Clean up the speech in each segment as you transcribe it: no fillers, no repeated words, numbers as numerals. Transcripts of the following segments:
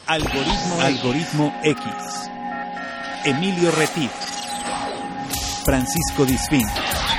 Algoritmo X. Emilio Retif. Francisco Disfín.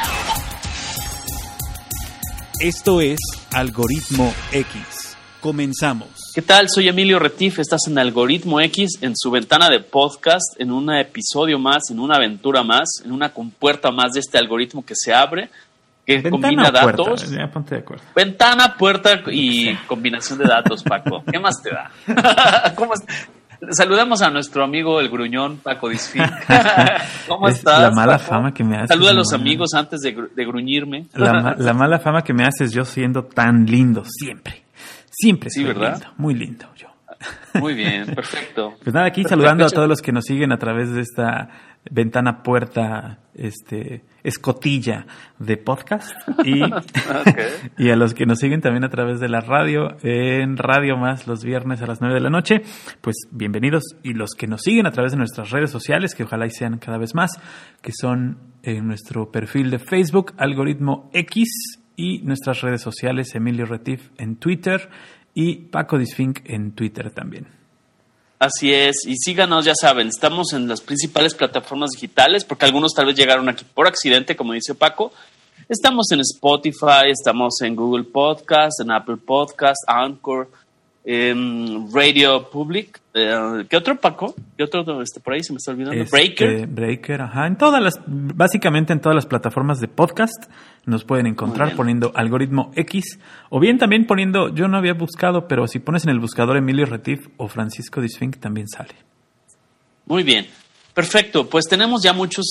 Esto es Algoritmo X. Comenzamos. ¿Qué tal? Soy Emilio Retif. Estás en Algoritmo X, en su ventana de podcast, en un episodio más, en una aventura más, en una compuerta más de este algoritmo que se abre, que ventana combina puerta, datos. ya ponte de acuerdo. Ventana, puerta y combinación de datos, Paco. ¿Qué más te da? ¿Cómo estás? Saludamos a nuestro amigo el gruñón, Paco Disfín. ¿Cómo estás, la mala Paco? fama que me haces. Saluda a los amigos antes de gruñirme. La mala fama que me haces yo siendo tan lindo, siempre. Siempre sí, soy ¿verdad? Lindo, muy lindo yo. Muy bien, perfecto. Pues nada, aquí saludando a todos los que nos siguen a través de esta ventana puerta, escotilla de podcast y, Okay. y a los que nos siguen también a través de la radio, en Radio Más los viernes a las 9 de la noche, pues bienvenidos. Y los que nos siguen a través de nuestras redes sociales, que ojalá y sean cada vez más, que son en nuestro perfil de Facebook, Algoritmo X, y nuestras redes sociales, Emilio Retif en Twitter y Paco Disfink en Twitter también. Así es, y síganos, ya saben, estamos en las principales plataformas digitales, porque algunos tal vez llegaron aquí por accidente, como dice Paco. Estamos en Spotify, estamos en Google Podcast, en Apple Podcast, Anchor, en Radio Public. ¿Qué otro, Paco? ¿Qué otro por ahí se me está olvidando? Breaker, ajá. Básicamente en todas las plataformas de podcast nos pueden encontrar poniendo Algoritmo X, o bien también poniendo, yo no había buscado, pero si pones en el buscador Emilio Retif o Francisco Disfink también sale. Muy bien, perfecto. Pues tenemos ya muchos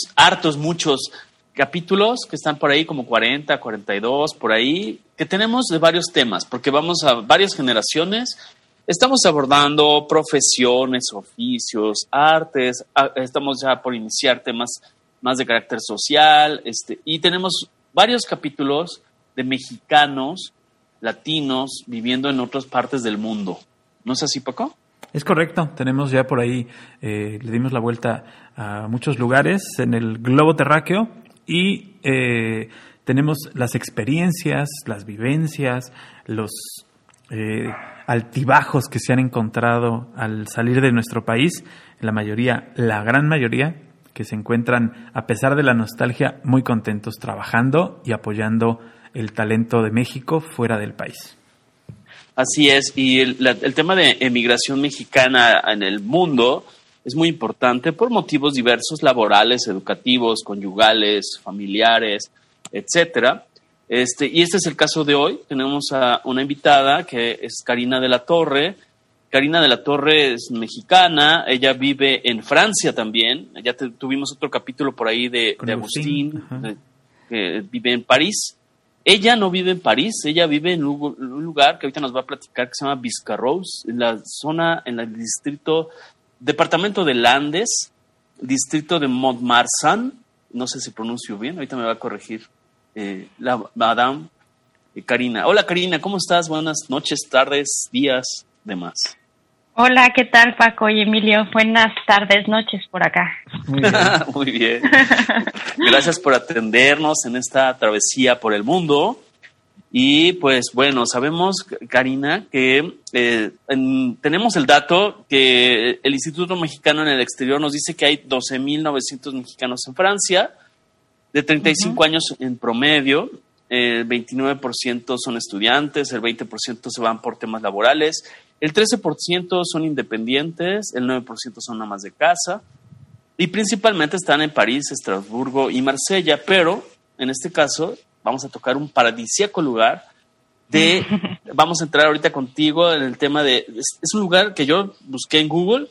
capítulos que están por ahí, como 40, 42, por ahí, que tenemos de varios temas, porque vamos a varias generaciones. Estamos abordando profesiones, oficios, artes, estamos ya por iniciar temas más de carácter social, y tenemos varios capítulos de mexicanos, latinos, viviendo en otras partes del mundo. ¿No es así, Paco? Es correcto, tenemos ya por ahí, le dimos la vuelta a muchos lugares en el globo terráqueo y tenemos las experiencias, las vivencias, los altibajos que se han encontrado al salir de nuestro país, la gran mayoría, que se encuentran, a pesar de la nostalgia, muy contentos trabajando y apoyando el talento de México fuera del país. Así es, y el tema de emigración mexicana en el mundo es muy importante por motivos diversos, laborales, educativos, conyugales, familiares, etcétera. Y este es el caso de hoy. Tenemos a una invitada que es Karina de la Torre. Karina de la Torre es mexicana, ella vive en Francia también. Ya tuvimos otro capítulo por ahí de Agustín, que vive en París. Ella no vive en París, ella vive en un lugar que ahorita nos va a platicar que se llama Biscarrosse, en el departamento de Landes, distrito de Montmarsan. No sé si pronuncio bien, ahorita me va a corregir la madame Karina. Hola Karina, ¿cómo estás? Buenas noches, tardes, días, demás. Hola, ¿qué tal, Paco y Emilio? Buenas tardes, noches por acá. Muy bien. Muy bien. Gracias por atendernos en esta travesía por el mundo. Y pues bueno, sabemos, Karina, que tenemos el dato que el Instituto Mexicano en el Exterior nos dice que hay 12,900 mexicanos en Francia, de 35 años en promedio. El 29% son estudiantes, el 20% se van por temas laborales, el 13% son independientes, el 9% son amas de casa y principalmente están en París, Estrasburgo y Marsella, pero en este caso vamos a tocar un paradisíaco lugar vamos a entrar ahorita contigo en el tema es un lugar que yo busqué en Google,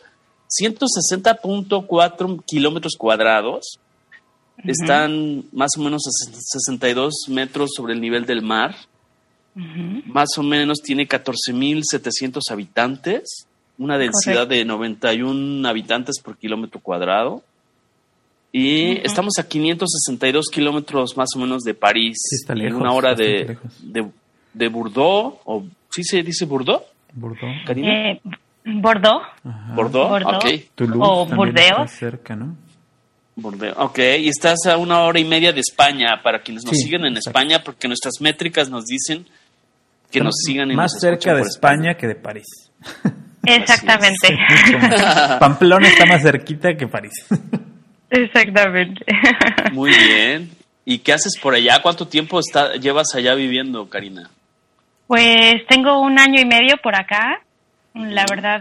160.4 kilómetros cuadrados. Están más o menos a 62 metros sobre el nivel del mar. Más o menos tiene 14,700 habitantes, una densidad de 91 habitantes por kilómetro cuadrado. Y estamos a 562 kilómetros más o menos de París. Sí, está lejos, una hora de Bordeaux, o ¿sí se dice Bordeaux? Bordeaux. Bordeaux. Bordeaux, ok. Toulouse o Burdeos. Cerca, ¿no? Bordeaux, ok. Y estás a 1 hora y media de España, para quienes nos siguen en España, porque nuestras métricas nos dicen que nos sigan y más nos cerca de por España que de París. Exactamente. Sí, Pamplona está más cerquita que París. Exactamente. Muy bien. ¿Y qué haces por allá? ¿Cuánto tiempo llevas allá viviendo, Karina? Pues tengo 1 año y medio por acá. La verdad,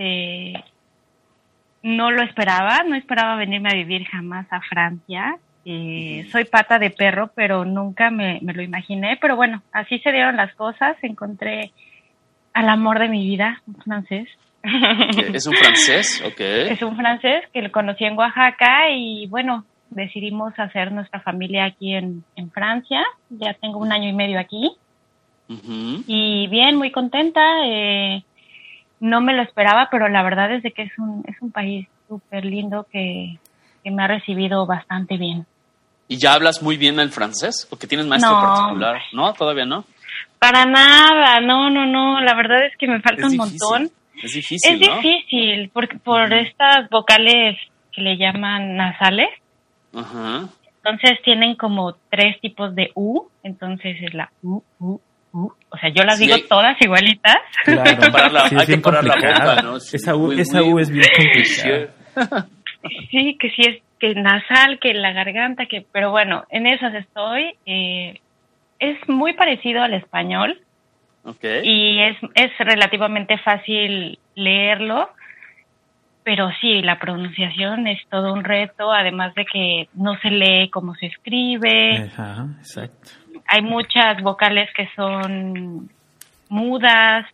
no lo esperaba. No esperaba venirme a vivir jamás a Francia. Soy pata de perro, pero nunca me lo imaginé. Pero bueno, así se dieron las cosas. Encontré al amor de mi vida, un francés. ¿Es un francés? Ok. Es un francés que lo conocí en Oaxaca y bueno, decidimos hacer nuestra familia aquí en Francia. Ya tengo 1 año y medio aquí. Uh-huh. Y bien, muy contenta. No me lo esperaba, pero la verdad es de que es un país súper lindo que me ha recibido bastante bien. ¿Y ya hablas muy bien el francés? ¿O que tienes maestro particular? ¿No? ¿Todavía no? Para nada, no. La verdad es que me falta un montón. Es difícil, ¿no? Es difícil, porque por estas vocales que le llaman nasales. Ajá. Entonces tienen como 3 tipos de U. Entonces es la U. O sea, yo las digo todas igualitas. Claro, hay que parar la boca, ¿no? Sí, esa U es bien complicada. Sí, que sí es que nasal, que la garganta, pero bueno, en esas estoy. Es muy parecido al español. Okay. Y es relativamente fácil leerlo, pero sí, la pronunciación es todo un reto, además de que no se lee como se escribe. Ajá, exacto. Hay muchas vocales que son mudas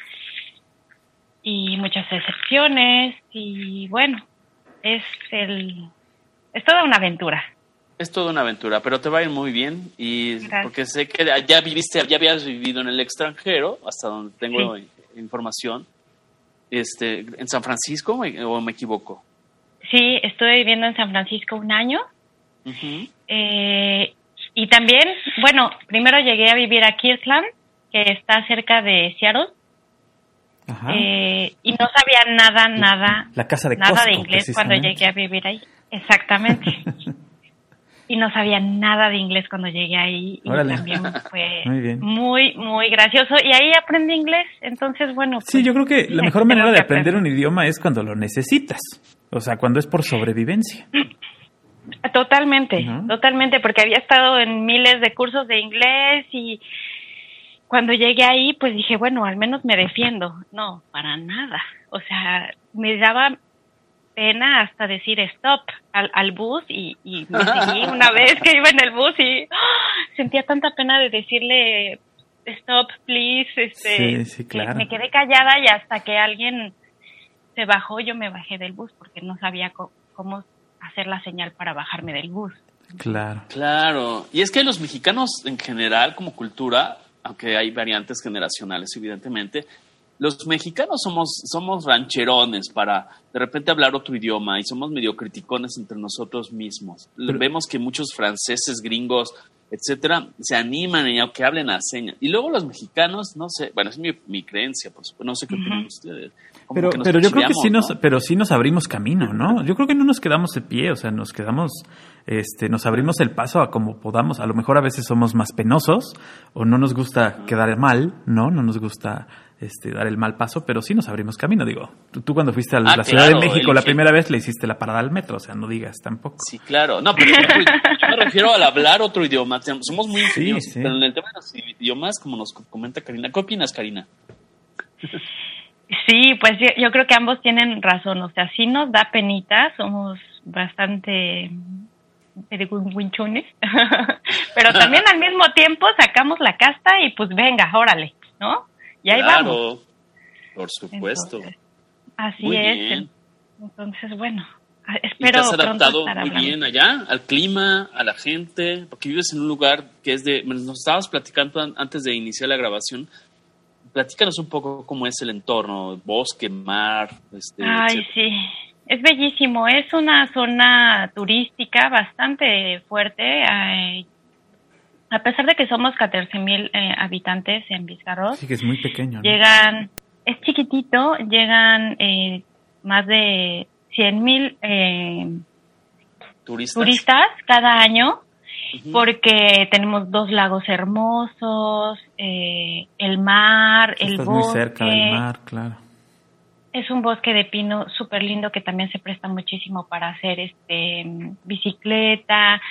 y muchas excepciones y bueno, es toda una aventura. Es toda una aventura, pero te va a ir muy bien y Gracias. porque sé que ya habías vivido en el extranjero, hasta donde tengo información. ¿En San Francisco o me equivoco? Sí, estuve viviendo en San Francisco 1 año. Uh-huh. Y también, bueno, primero llegué a vivir a Kirtland, que está cerca de Seattle. Ajá. Y no sabía nada la casa de nada Costco, de inglés cuando llegué a vivir ahí. Exactamente. Y no sabía nada de inglés cuando llegué ahí. Y Órale. también fue muy, muy gracioso. Y ahí aprendí inglés. Entonces, bueno. Sí, yo creo que la mejor manera de aprender un idioma es cuando lo necesitas. O sea, cuando es por sobrevivencia. Totalmente, ¿No? totalmente, porque había estado en miles de cursos de inglés y cuando llegué ahí, pues dije, bueno, al menos me defiendo. No, para nada. O sea, me daba pena hasta decir stop al bus y me seguí una vez que iba en el bus y sentía tanta pena de decirle stop, please. Sí, claro. Me quedé callada y hasta que alguien se bajó, yo me bajé del bus porque no sabía cómo hacer la señal para bajarme del bus. Claro. Y es que los mexicanos en general como cultura, aunque hay variantes generacionales evidentemente, los mexicanos somos rancherones para de repente hablar otro idioma y somos medio criticones entre nosotros mismos. Vemos que muchos franceses, gringos, etcétera, se animan y aunque hablen a señas. Y luego los mexicanos, no sé, bueno, es mi creencia, por supuesto, no sé qué opinan ustedes. Pero yo creo que sí nos abrimos camino, ¿no? Yo creo que no nos quedamos de pie, o sea, nos abrimos el paso a como podamos. A lo mejor a veces somos más penosos o no nos gusta quedar mal, ¿no? No nos gusta dar el mal paso, pero sí nos abrimos camino. Digo, tú cuando fuiste a la Ciudad de México la primera vez le hiciste la parada al metro, o sea, no digas tampoco. Sí, claro. No, pero yo me refiero al hablar otro idioma. Somos muy ingeniosos, pero en el tema de los idiomas, como nos comenta Karina. ¿Qué opinas, Karina? Sí, pues yo creo que ambos tienen razón. O sea, sí nos da penita, somos bastante winchones, pero también al mismo tiempo sacamos la casta y pues venga, órale, ¿no? Y ahí vamos. Por supuesto. Entonces, así muy es. Bien. Entonces, bueno, espero. ¿Y te has adaptado muy bien allá, al clima, a la gente? Porque vives en un lugar que es nos estabas platicando antes de iniciar la grabación. Platícanos un poco cómo es el entorno, bosque, mar. Ay, etcétera. sí, es bellísimo. Es una zona turística bastante fuerte. A pesar de que somos 14,000 habitantes en Bizarros. Sí, que es muy pequeño, ¿no? Es chiquitito, llegan más de 100,000 turistas cada año. Porque tenemos 2 lagos hermosos, el mar, el bosque. Estás muy cerca del mar, claro. Es un bosque de pino súper lindo que también se presta muchísimo para hacer bicicleta.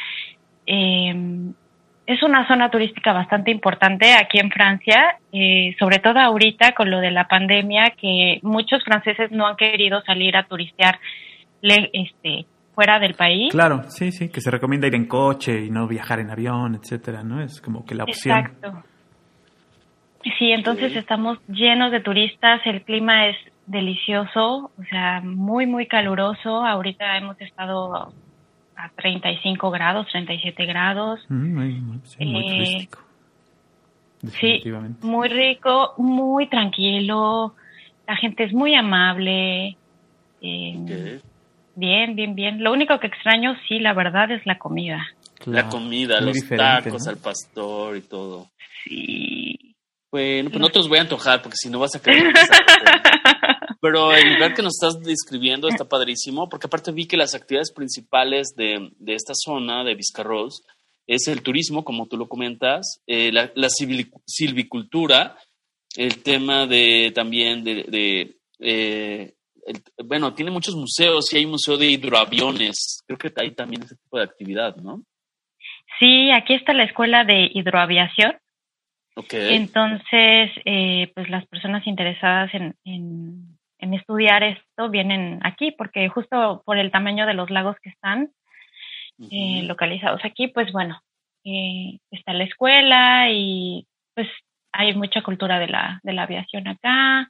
Es una zona turística bastante importante aquí en Francia, sobre todo ahorita con lo de la pandemia, que muchos franceses no han querido salir a turistear fuera del país. Claro, sí, que se recomienda ir en coche y no viajar en avión, etcétera, ¿no? Es como que la opción. Exacto. Sí, entonces estamos llenos de turistas, el clima es delicioso, o sea, muy, muy caluroso. Ahorita hemos estado a 35 grados, 37 grados. Muy turístico. Sí, muy rico, muy tranquilo. La gente es muy amable. Bien. Lo único que extraño, sí, la verdad, es la comida. Claro, la comida, los tacos, ¿no? Al pastor y todo. Sí. Bueno, pues no te los voy a antojar porque si no vas a querer empezar. Pero el lugar que nos estás describiendo está padrísimo, porque aparte vi que las actividades principales de esta zona de Biscarrosse es el turismo, como tú lo comentas, la silvicultura, el tema de también bueno, tiene muchos museos y hay un museo de hidroaviones. Creo que hay también ese tipo de actividad, ¿no? Sí, aquí está la escuela de hidroaviación. Okay. Entonces, pues las personas interesadas en estudiar esto vienen aquí, porque justo por el tamaño de los lagos que están localizados aquí, pues bueno, está la escuela y pues hay mucha cultura de la aviación acá.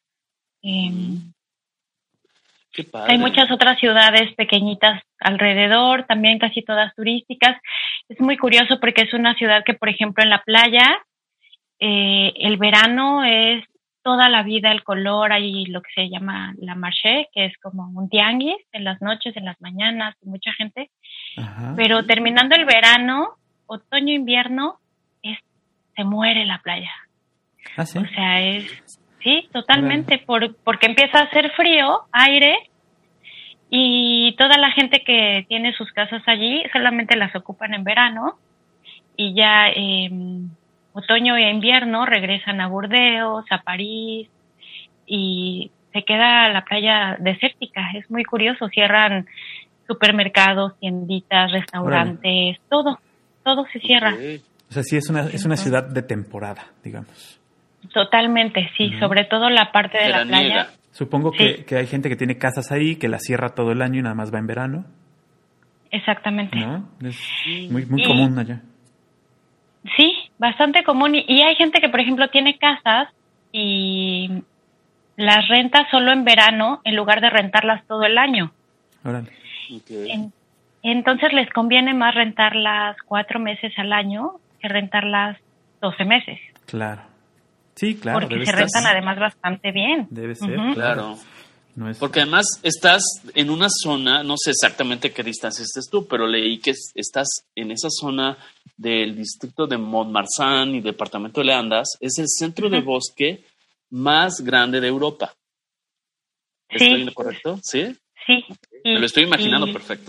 Qué padre. Hay muchas otras ciudades pequeñitas alrededor, también casi todas turísticas. Es muy curioso porque es una ciudad que, por ejemplo, en la playa, el verano es toda la vida, el color, hay lo que se llama la marché, que es como un tianguis en las noches, en las mañanas, mucha gente. Ajá. Pero terminando el verano, otoño, invierno, se muere la playa. ¿Ah, sí? O sea, sí, totalmente, porque empieza a hacer frío, aire, y toda la gente que tiene sus casas allí solamente las ocupan en verano, y ya otoño e invierno regresan a Burdeos, a París, y se queda la playa desértica. Es muy curioso, cierran supermercados, tienditas, restaurantes, todo se cierra. O sea, sí es una ciudad de temporada, digamos. Totalmente, sí, sobre todo la parte de la playa. Supongo que hay gente que tiene casas ahí, que las cierra todo el año y nada más va en verano. Exactamente. ¿No? Es muy común allá. Sí, bastante común. Y hay gente que, por ejemplo, tiene casas y las renta solo en verano en lugar de rentarlas todo el año. Órale. Okay. Entonces les conviene más rentarlas 4 meses al año que rentarlas 12 meses. Claro. Sí, claro. Porque se rentan además bastante bien. Debe ser, claro. No es... Porque además estás en una zona, no sé exactamente qué distancia estés tú, pero leí que estás en esa zona del distrito de Mont-Marsan y departamento de Leandas. Es el centro de bosque más grande de Europa. ¿Estoy en lo correcto? ¿Sí? Sí. Me lo estoy imaginando perfecto.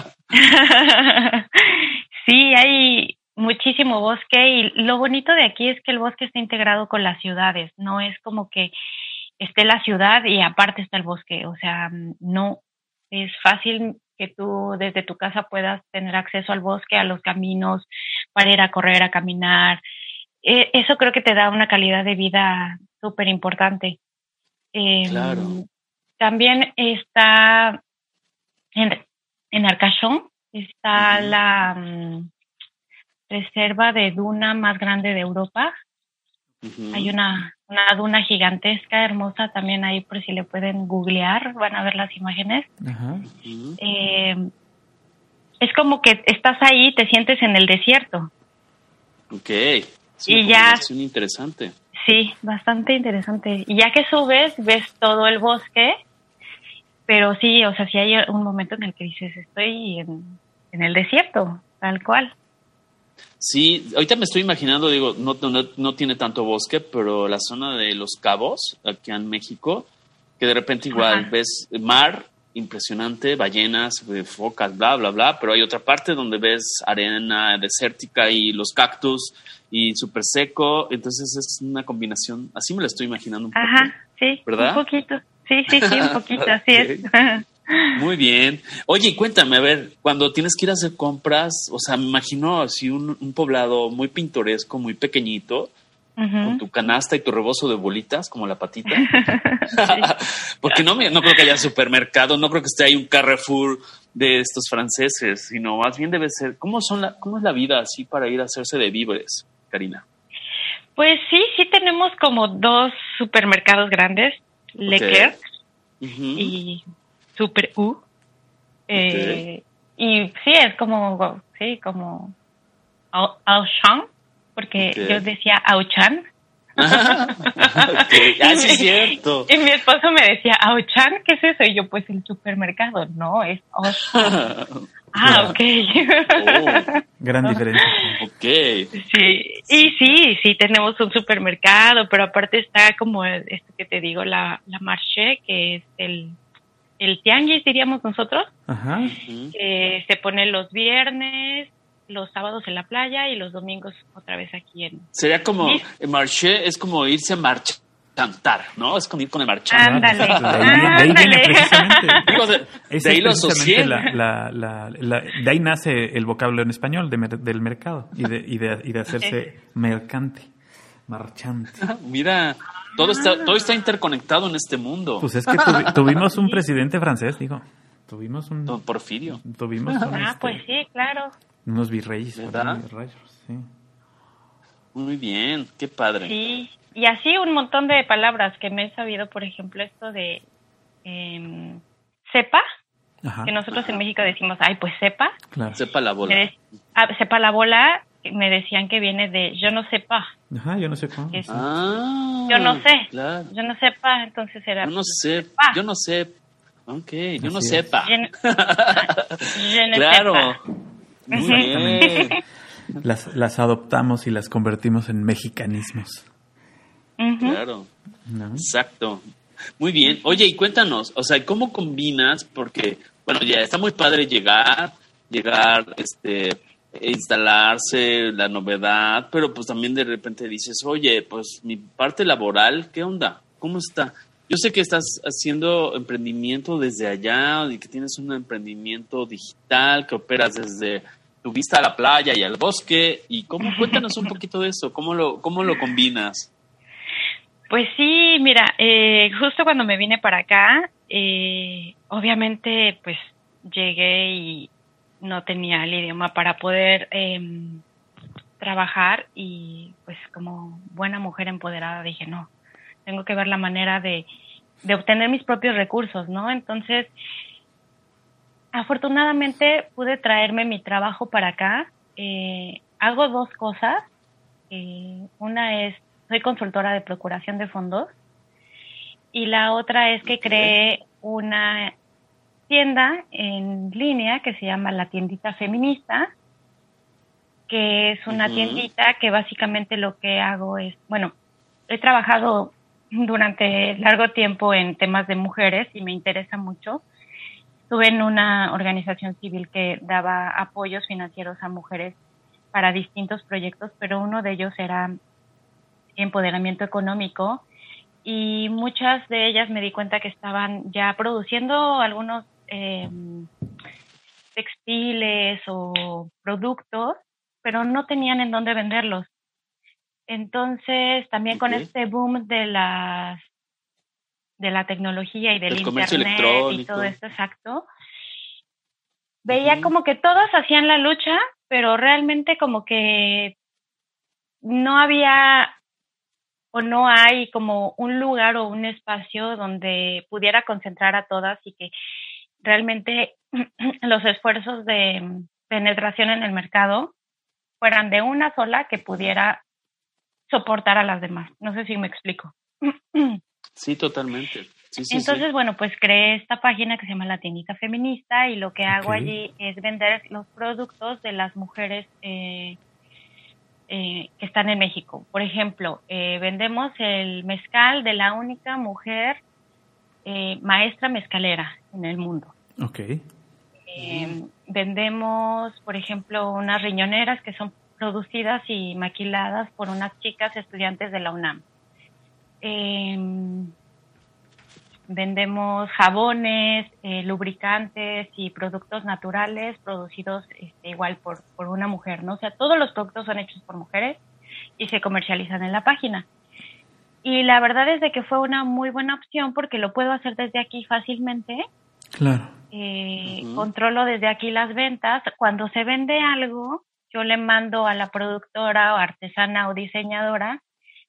Sí, hay muchísimo bosque y lo bonito de aquí es que el bosque está integrado con las ciudades. No es como que esté la ciudad y aparte está el bosque. O sea, no. Es fácil que tú desde tu casa puedas tener acceso al bosque, a los caminos, para ir a correr, a caminar. Eso creo que te da una calidad de vida súper importante. Claro. También está en Arcachon, está la reserva de duna más grande de Europa. Hay una duna gigantesca, hermosa, también ahí por si le pueden googlear, van a ver las imágenes. Es como que estás ahí, te sientes en el desierto. Ok, es una combinación interesante. Sí, bastante interesante. Y ya que subes, ves todo el bosque, pero sí, o sea, sí hay un momento en el que dices, estoy en el desierto, tal cual. Sí, ahorita me estoy imaginando, digo, no tiene tanto bosque, pero la zona de Los Cabos, aquí en México, que de repente igual ves mar, impresionante, ballenas, focas, bla, bla, bla, pero hay otra parte donde ves arena desértica y los cactus y súper seco, entonces es una combinación, así me lo estoy imaginando un poco. Sí, ¿verdad? Un poquito, Sí, un poquito, así es. Muy bien. Oye, y cuéntame, a ver, cuando tienes que ir a hacer compras, o sea, me imagino así un poblado muy pintoresco, muy pequeñito, con tu canasta y tu rebozo de bolitas, como la patita. Porque no creo que haya supermercado, no creo que esté ahí un Carrefour de estos franceses, sino más bien debe ser, ¿cómo es la vida así para ir a hacerse de víveres, Karina? Pues sí tenemos como 2 supermercados grandes, Leclerc y Super U. Y sí, es como Auchan, porque yo decía Auchan. Sí, es cierto. Y mi esposo me decía, ¿Auchan? ¿Qué es eso? Y yo, pues el supermercado. No, es Auchan. Ok. Gran diferencia. Ok. Sí, y sí, tenemos un supermercado, pero aparte está como esto que te digo, la marché, que es el tianguis, diríamos nosotros. Ajá. Que se pone los viernes, los sábados en la playa y los domingos otra vez aquí en... Sería como, el marché es como irse a chantar, ¿no? Es como ir con el marchand. Ándale. De ahí viene precisamente. Digo, de ahí lo asocié. De ahí nace el vocablo en español del mercado y de hacerse mercante, marchante. Mira, todo está interconectado en este mundo. Pues es que tuvimos un presidente francés, digo. Tuvimos un... Don Porfirio. Tuvimos pues sí, claro. Unos virreyes. ¿Verdad? Sí. Muy bien, qué padre. Sí, y así un montón de palabras que me he sabido, por ejemplo, esto de cepa, que nosotros en México decimos, ay, pues cepa. Claro. Sepa la bola. Sepa la bola, me decían que viene de yo no sepa. Ajá, yo no sé cómo. Yo no sé. Claro. Yo no sepa, entonces era... Yo no sé. Yo no sé. Ok, yo no Así sepa. Claro. Muy bien. Las adoptamos y las convertimos en mexicanismos. Claro. ¿No? Exacto. Muy bien. Oye, y cuéntanos, o sea, ¿cómo combinas? Porque, bueno, ya está muy padre llegar, instalarse, la novedad, pero pues también de repente dices, oye, pues mi parte laboral, ¿qué onda? ¿Cómo está? Yo sé que estás haciendo emprendimiento desde allá y que tienes un emprendimiento digital, que operas desde tu vista a la playa y al bosque. Y cuéntanos un poquito de eso, ¿cómo lo combinas? Pues sí, mira, justo cuando me vine para acá, obviamente pues llegué y no tenía el idioma para poder trabajar y pues como buena mujer empoderada dije, no, tengo que ver la manera de obtener mis propios recursos, ¿no? Entonces, afortunadamente pude traerme mi trabajo para acá. Hago 2 cosas. Una es, soy consultora de procuración de fondos y la otra es que creé una tienda en línea que se llama La Tiendita Feminista, que es una tiendita que básicamente lo que hago es, bueno, he trabajado durante largo tiempo en temas de mujeres y me interesa mucho. Estuve en una organización civil que daba apoyos financieros a mujeres para distintos proyectos, pero uno de ellos era empoderamiento económico y muchas de ellas me di cuenta que estaban ya produciendo algunos textiles o productos, pero no tenían en dónde venderlos. Entonces, también con este boom de la tecnología y del internet y todo esto, exacto, veía como que todas hacían la lucha, pero realmente como que no había o no hay como un lugar o un espacio donde pudiera concentrar a todas y que realmente los esfuerzos de penetración en el mercado fueran de una sola que pudiera soportar a las demás. No sé si me explico. Sí, totalmente. Sí, entonces, bueno, pues creé esta página que se llama La Tiendita Feminista y lo que hago allí es vender los productos de las mujeres que están en México. Por ejemplo, vendemos el mezcal de la única mujer maestra mezcalera en el mundo. Okay. Vendemos, por ejemplo, unas riñoneras que son producidas y maquiladas por unas chicas estudiantes de la UNAM. vendemos jabones, lubricantes y productos naturales producidos igual por una mujer, ¿no? O sea, todos los productos son hechos por mujeres y se comercializan en la página. Y la verdad es de que fue una muy buena opción porque lo puedo hacer desde aquí fácilmente. Claro. Controlo desde aquí las ventas. Cuando se vende algo, yo le mando a la productora o artesana o diseñadora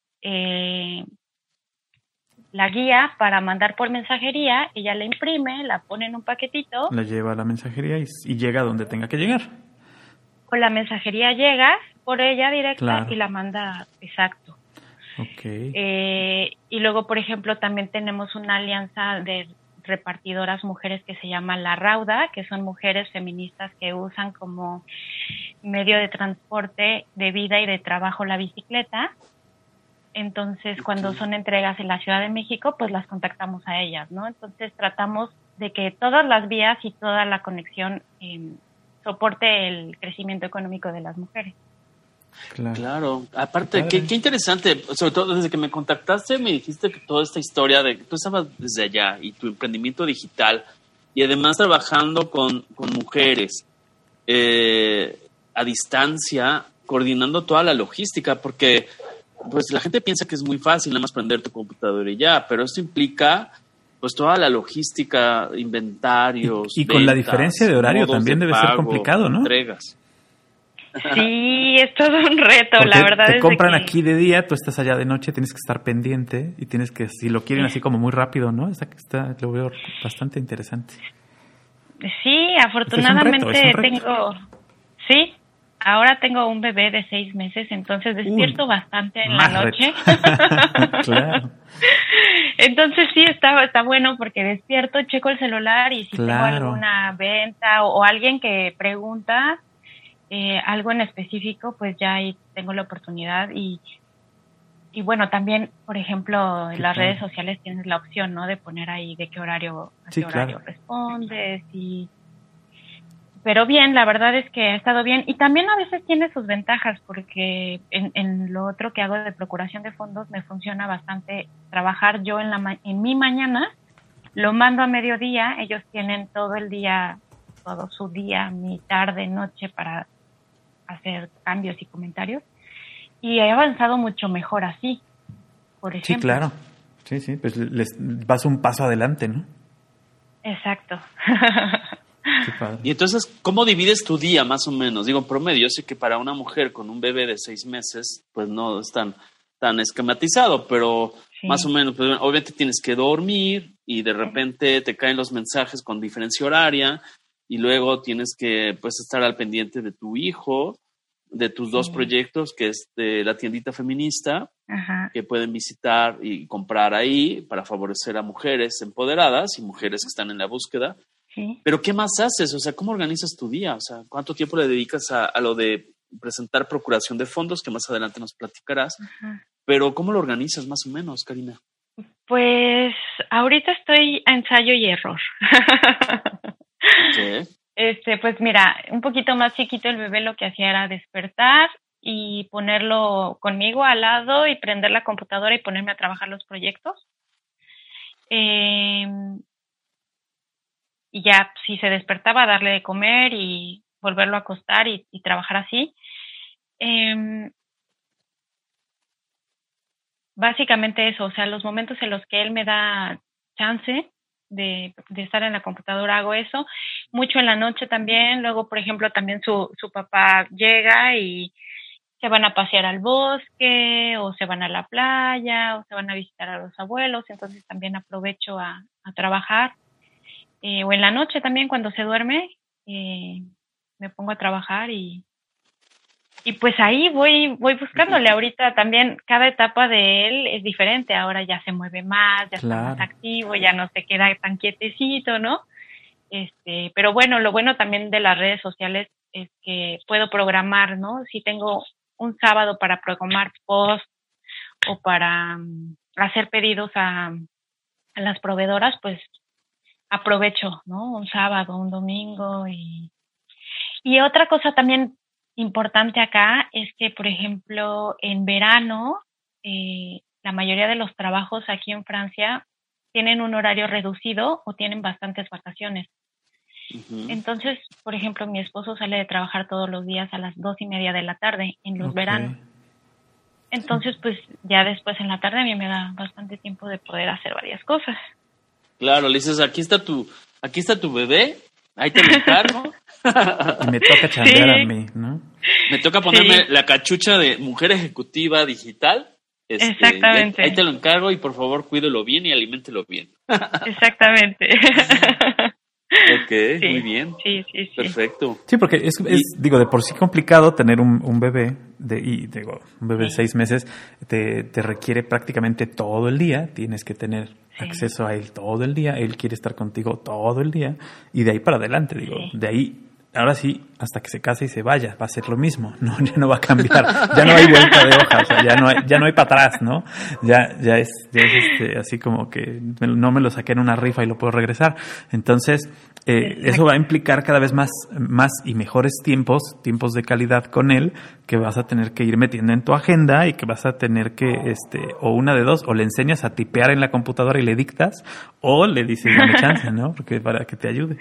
la guía para mandar por mensajería. Ella la imprime, la pone en un paquetito. La lleva a la mensajería y llega donde tenga que llegar. O la mensajería llega por ella directa, claro, y la manda exacto. Okay. Y luego, por ejemplo, también tenemos una alianza de repartidoras mujeres que se llama La Rauda, que son mujeres feministas que usan como medio de transporte de vida y de trabajo la bicicleta. Entonces, cuando son entregas en la Ciudad de México, pues las contactamos a ellas, ¿no? Entonces, tratamos de que todas las vías y toda la conexión soporte el crecimiento económico de las mujeres. Claro. Aparte, qué interesante, sobre todo desde que me contactaste me dijiste que toda esta historia de que tú estabas desde allá y tu emprendimiento digital y además trabajando con mujeres a distancia, coordinando toda la logística, porque pues la gente piensa que es muy fácil nada más prender tu computadora y ya, pero esto implica pues toda la logística, inventarios, y con ventas, la diferencia de horario también debe ser complicado, ¿no? Entregas. Sí, es todo un reto, porque la verdad. Te compran que aquí de día, tú estás allá de noche, tienes que estar pendiente y tienes que, si lo quieren así como muy rápido, ¿no? Lo veo bastante interesante. Sí, afortunadamente tengo, sí, ahora tengo un bebé de 6 meses, entonces despierto bastante en la noche. Claro. Entonces sí, está bueno porque despierto, checo el celular y si tengo alguna venta o alguien que pregunta algo en específico, pues ya ahí tengo la oportunidad y bueno, también, por ejemplo, en las redes sociales tienes la opción, ¿no? De poner ahí de qué horario, respondes pero bien, la verdad es que ha estado bien y también a veces tiene sus ventajas porque en lo otro que hago de procuración de fondos me funciona bastante trabajar yo en mi mañana, lo mando a mediodía, ellos tienen todo el día, todo su día, mi tarde, noche para hacer cambios y comentarios y he avanzado mucho mejor así, por ejemplo. Sí, claro. Sí, pues vas un paso adelante, ¿no? Exacto. Qué padre. Y entonces, ¿cómo divides tu día más o menos? Digo, en promedio, yo sé que para una mujer con un bebé de 6 meses, pues no es tan esquematizado, pero más o menos, pues, obviamente tienes que dormir y de repente te caen los mensajes con diferencia horaria y luego tienes que pues estar al pendiente de tu hijo, de tus dos proyectos, que es de la tiendita feminista, que pueden visitar y comprar ahí para favorecer a mujeres empoderadas y mujeres que están en la búsqueda. Sí. Pero ¿qué más haces? O sea, ¿cómo organizas tu día? O sea, ¿cuánto tiempo le dedicas a lo de presentar procuración de fondos, que más adelante nos platicarás? Pero ¿cómo lo organizas más o menos, Karina? Pues ahorita estoy a ensayo y error. ¿Qué? Pues mira, un poquito más chiquito el bebé lo que hacía era despertar y ponerlo conmigo al lado y prender la computadora y ponerme a trabajar los proyectos. Y ya si se despertaba, darle de comer y volverlo a acostar y trabajar así. Básicamente eso, o sea, los momentos en los que él me da chance de estar en la computadora hago eso, mucho en la noche también. Luego, por ejemplo, también su papá llega y se van a pasear al bosque o se van a la playa o se van a visitar a los abuelos, entonces también aprovecho a trabajar. O en la noche también cuando se duerme me pongo a trabajar y pues ahí voy buscándole. Ahorita también cada etapa de él es diferente, ahora ya se mueve más, ya está más activo, ya no se queda tan quietecito, ¿no? Pero bueno, lo bueno también de las redes sociales es que puedo programar, ¿no? Si tengo un sábado para programar post o para hacer pedidos a las proveedoras, pues aprovecho, ¿no? Un sábado, un domingo y otra cosa también importante acá es que, por ejemplo, en verano, la mayoría de los trabajos aquí en Francia tienen un horario reducido o tienen bastantes vacaciones. Ujú. Entonces, por ejemplo, mi esposo sale de trabajar todos los días a las 2:30 de la tarde en los veranos. Entonces, pues ya después en la tarde a mí me da bastante tiempo de poder hacer varias cosas. Claro, le dices, aquí está tu bebé, ahí te lo encargo. Y me toca chambear Sí. a mí, ¿no? Me toca ponerme Sí. la cachucha de mujer ejecutiva digital. Exactamente. Ahí te lo encargo y por favor cuídelo bien y aliméntelo bien. Exactamente. Ok, Sí, muy bien. Sí. Perfecto. Sí, porque es digo, de por sí complicado tener un bebé, un bebé de Sí. 6 meses, te requiere prácticamente todo el día, tienes que tener Sí. acceso a él todo el día, él quiere estar contigo todo el día, y de ahí para adelante, Sí. de ahí, ahora sí, hasta que se case y se vaya, va a ser lo mismo, no, ya no va a cambiar, ya no hay vuelta de hoja, o sea, ya no hay para atrás, ¿no? Ya es así como que no me lo saqué en una rifa y lo puedo regresar. Entonces, eso va a implicar cada vez más y mejores tiempos de calidad con él, que vas a tener que ir metiendo en tu agenda y que vas a tener que, o una de dos, o le enseñas a tipear en la computadora y le dictas, o le dices, dame chance, ¿no? Porque para que te ayude.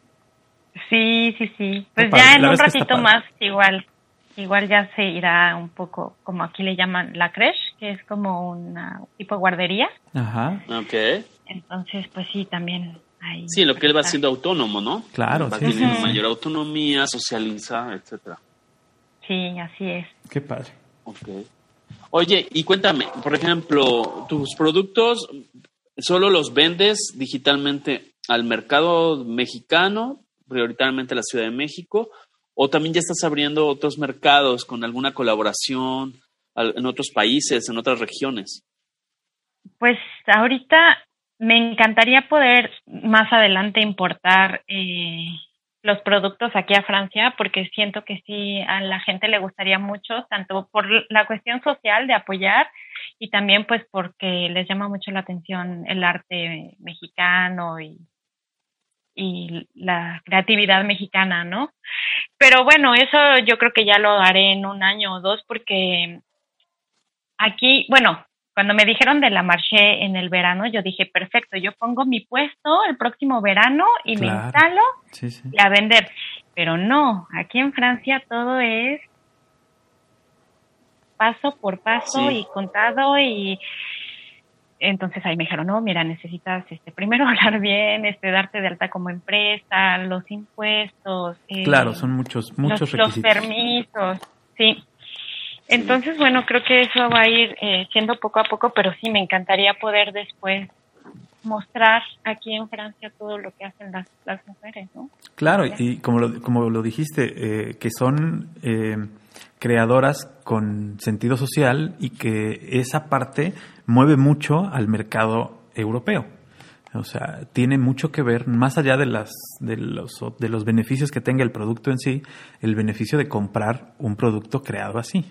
Sí. Pues Está padre, ya en la un verdad es que está ratito padre. más, igual ya se irá un poco, como aquí le llaman la creche, que es como una tipo guardería. Ajá, Ok. Entonces, pues sí, también ahí. Sí, lo que él va siendo autónomo, ¿no? Claro, Va sí, teniendo sí. mayor autonomía, socializa, etcétera. Sí, así es. qué padre. Ok. Oye, y cuéntame, por ejemplo, tus productos solo los vendes digitalmente al mercado mexicano, prioritariamente a la Ciudad de México, o también ya estás abriendo otros mercados con alguna colaboración en otros países, en otras regiones. Pues ahorita me encantaría poder más adelante importar los productos aquí a Francia, porque siento que sí a la gente le gustaría mucho, tanto por la cuestión social de apoyar y también pues porque les llama mucho la atención el arte mexicano y la creatividad mexicana, ¿no? Pero bueno, eso yo creo que ya lo haré en 1 año o 2, porque aquí, bueno, cuando me dijeron de la marché en el verano, yo dije, perfecto, yo pongo mi puesto el próximo verano y me Claro. instalo Sí. y a vender. Pero no, aquí en Francia todo es paso por paso Sí. y contado, y entonces ahí me dijeron, no, mira, necesitas primero hablar bien, darte de alta como empresa, los impuestos. Claro, son muchos los requisitos. permisos, sí. Entonces, bueno, creo que eso va a ir siendo poco a poco, pero sí me encantaría poder después mostrar aquí en Francia todo lo que hacen las mujeres, ¿no? Claro, y como lo dijiste, que son creadoras con sentido social y que esa parte mueve mucho al mercado europeo. O sea, tiene mucho que ver, más allá de los beneficios que tenga el producto en sí, el beneficio de comprar un producto creado así.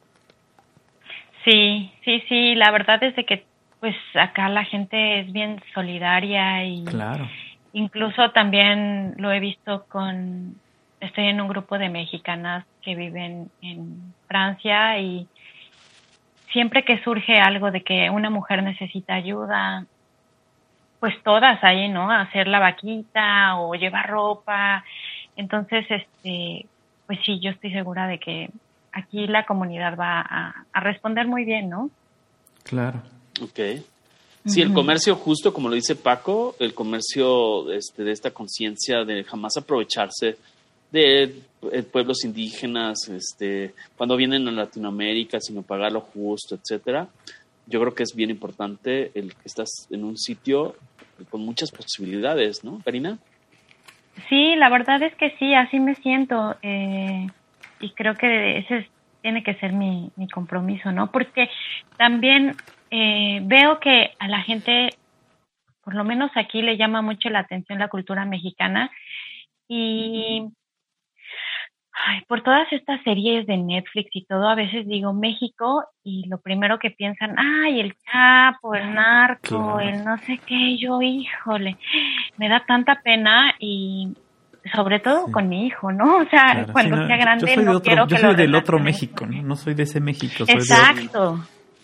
Sí, la verdad es de que pues acá la gente es bien solidaria y Claro. incluso también lo he visto estoy en un grupo de mexicanas que viven en Francia y siempre que surge algo de que una mujer necesita ayuda, pues todas ahí, ¿no? Hacer la vaquita o llevar ropa. Entonces, pues sí, yo estoy segura de que aquí la comunidad va a responder muy bien, ¿no? Claro. Ok. Sí, el comercio justo, como lo dice Paco, el comercio de esta conciencia de jamás aprovecharse de pueblos indígenas, cuando vienen a Latinoamérica, sino pagar lo justo, etcétera. Yo creo que es bien importante el que estás en un sitio con muchas posibilidades, ¿no, Karina? Sí, la verdad es que sí, así me siento, y creo que ese tiene que ser mi compromiso, ¿no? Porque también veo que a la gente, por lo menos aquí, le llama mucho la atención la cultura mexicana y por todas estas series de Netflix y todo, a veces digo México y lo primero que piensan, el Chapo, el narco, Claro. el no sé qué, yo, híjole, me da tanta pena y sobre todo Sí. con mi hijo, ¿no? O sea, Claro. cuando Sí, no, sea grande yo soy no quiero que yo soy lo del otro relacionen México, con ¿no? él. No soy de ese México, soy Exacto.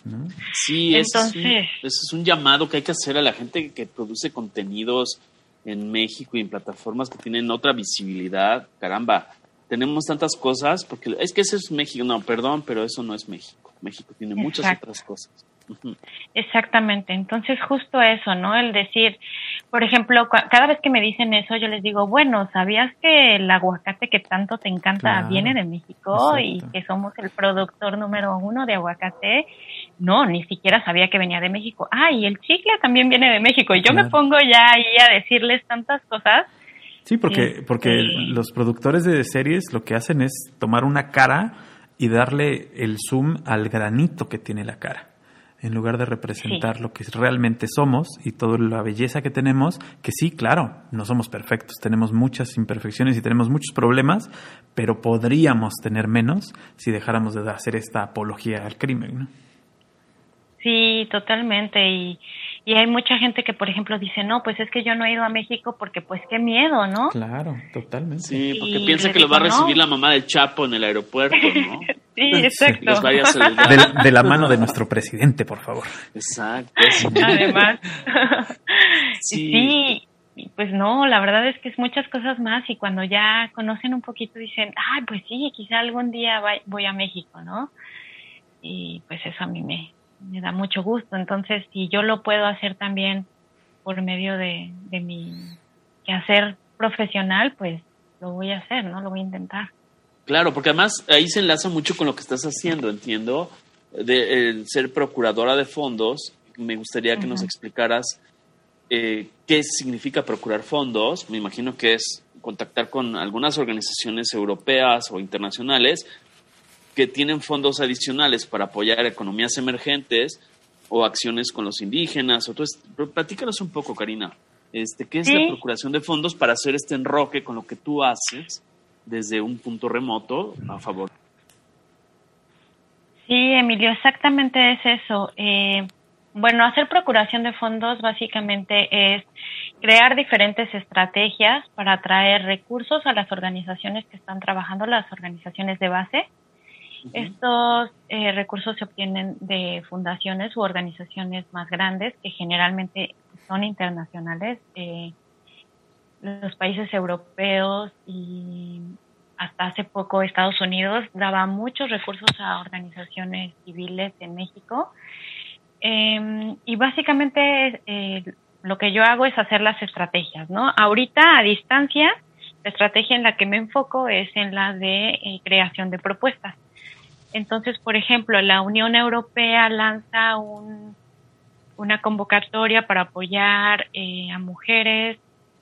¿no? Sí, Entonces, ese es un llamado que hay que hacer a la gente que produce contenidos en México y en plataformas que tienen otra visibilidad. Caramba, tenemos tantas cosas, porque es que eso es México. No, perdón, pero eso no es México. México tiene muchas exacto. otras cosas. Ujú. Exactamente, entonces justo eso, ¿no? El decir, por ejemplo, cada vez que me dicen eso, yo les digo, bueno, ¿sabías que el aguacate que tanto te encanta Claro, viene de México y exacto. que somos el productor número 1 de aguacate? No, ni siquiera sabía que venía de México. Ah, y el chicle también viene de México. Y yo me Claro. pongo ya ahí a decirles tantas cosas. Sí, porque los productores de series lo que hacen es tomar una cara y darle el zoom al granito que tiene la cara, en lugar de representar lo que realmente somos y toda la belleza que tenemos, que sí, claro, no somos perfectos, tenemos muchas imperfecciones y tenemos muchos problemas, pero podríamos tener menos si dejáramos de hacer esta apología al crimen, ¿no? Sí, totalmente. Y hay mucha gente que, por ejemplo, dice, no, pues es que yo no he ido a México porque, pues, qué miedo, ¿no? Claro, totalmente. Sí, porque Y piensa les que lo va a digo, recibir no. la mamá del Chapo en el aeropuerto, ¿no? Sí, exacto. Les vaya a saludar. De la mano de nuestro presidente, por favor. Exacto. Eso. Además. Sí. Sí, y pues no, la verdad es que es muchas cosas más y cuando ya conocen un poquito dicen, ay, pues sí, quizá algún día voy a México, ¿no? Y pues eso a mí me da mucho gusto. Entonces, si yo lo puedo hacer también por medio de mi quehacer profesional, pues lo voy a hacer, ¿no? Lo voy a intentar. Claro, porque además ahí se enlaza mucho con lo que estás haciendo, entiendo, de el ser procuradora de fondos. Me gustaría que nos explicaras qué significa procurar fondos. Me imagino que es contactar con algunas organizaciones europeas o internacionales que tienen fondos adicionales para apoyar economías emergentes o acciones con los indígenas. Entonces, platícanos un poco, Karina. ¿Qué es la procuración de fondos para hacer este enroque con lo que tú haces desde un punto remoto a favor? Sí, Emilio, exactamente es eso. Bueno, hacer procuración de fondos básicamente es crear diferentes estrategias para atraer recursos a las organizaciones que están trabajando, las organizaciones de base. Uh-huh. Estos recursos se obtienen de fundaciones u organizaciones más grandes que generalmente son internacionales. Los países europeos y hasta hace poco Estados Unidos daba muchos recursos a organizaciones civiles en México. Y básicamente lo que yo hago es hacer las estrategias, ¿no? Ahorita a distancia, la estrategia en la que me enfoco es en la de creación de propuestas. Entonces, por ejemplo, la Unión Europea lanza una convocatoria para apoyar a mujeres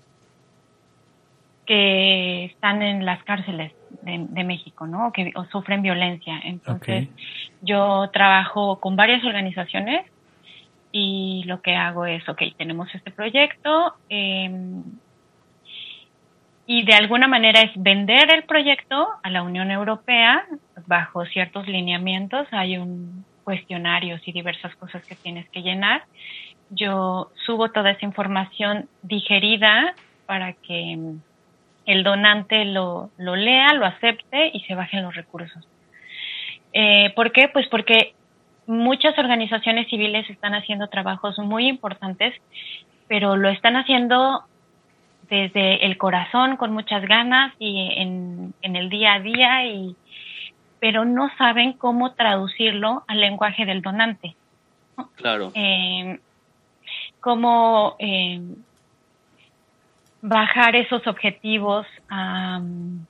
que están en las cárceles de México, ¿no? O sufren violencia. Entonces, yo trabajo con varias organizaciones y lo que hago es, tenemos este proyecto y de alguna manera es vender el proyecto a la Unión Europea bajo ciertos lineamientos. Hay un cuestionarios y diversas cosas que tienes que llenar. Yo subo toda esa información digerida para que el donante lo lea, lo acepte y se bajen los recursos. ¿Por qué? Pues porque muchas organizaciones civiles están haciendo trabajos muy importantes, pero lo están haciendo desde el corazón, con muchas ganas y en el día a día, pero no saben cómo traducirlo al lenguaje del donante, ¿no? Claro. Cómo bajar esos objetivos a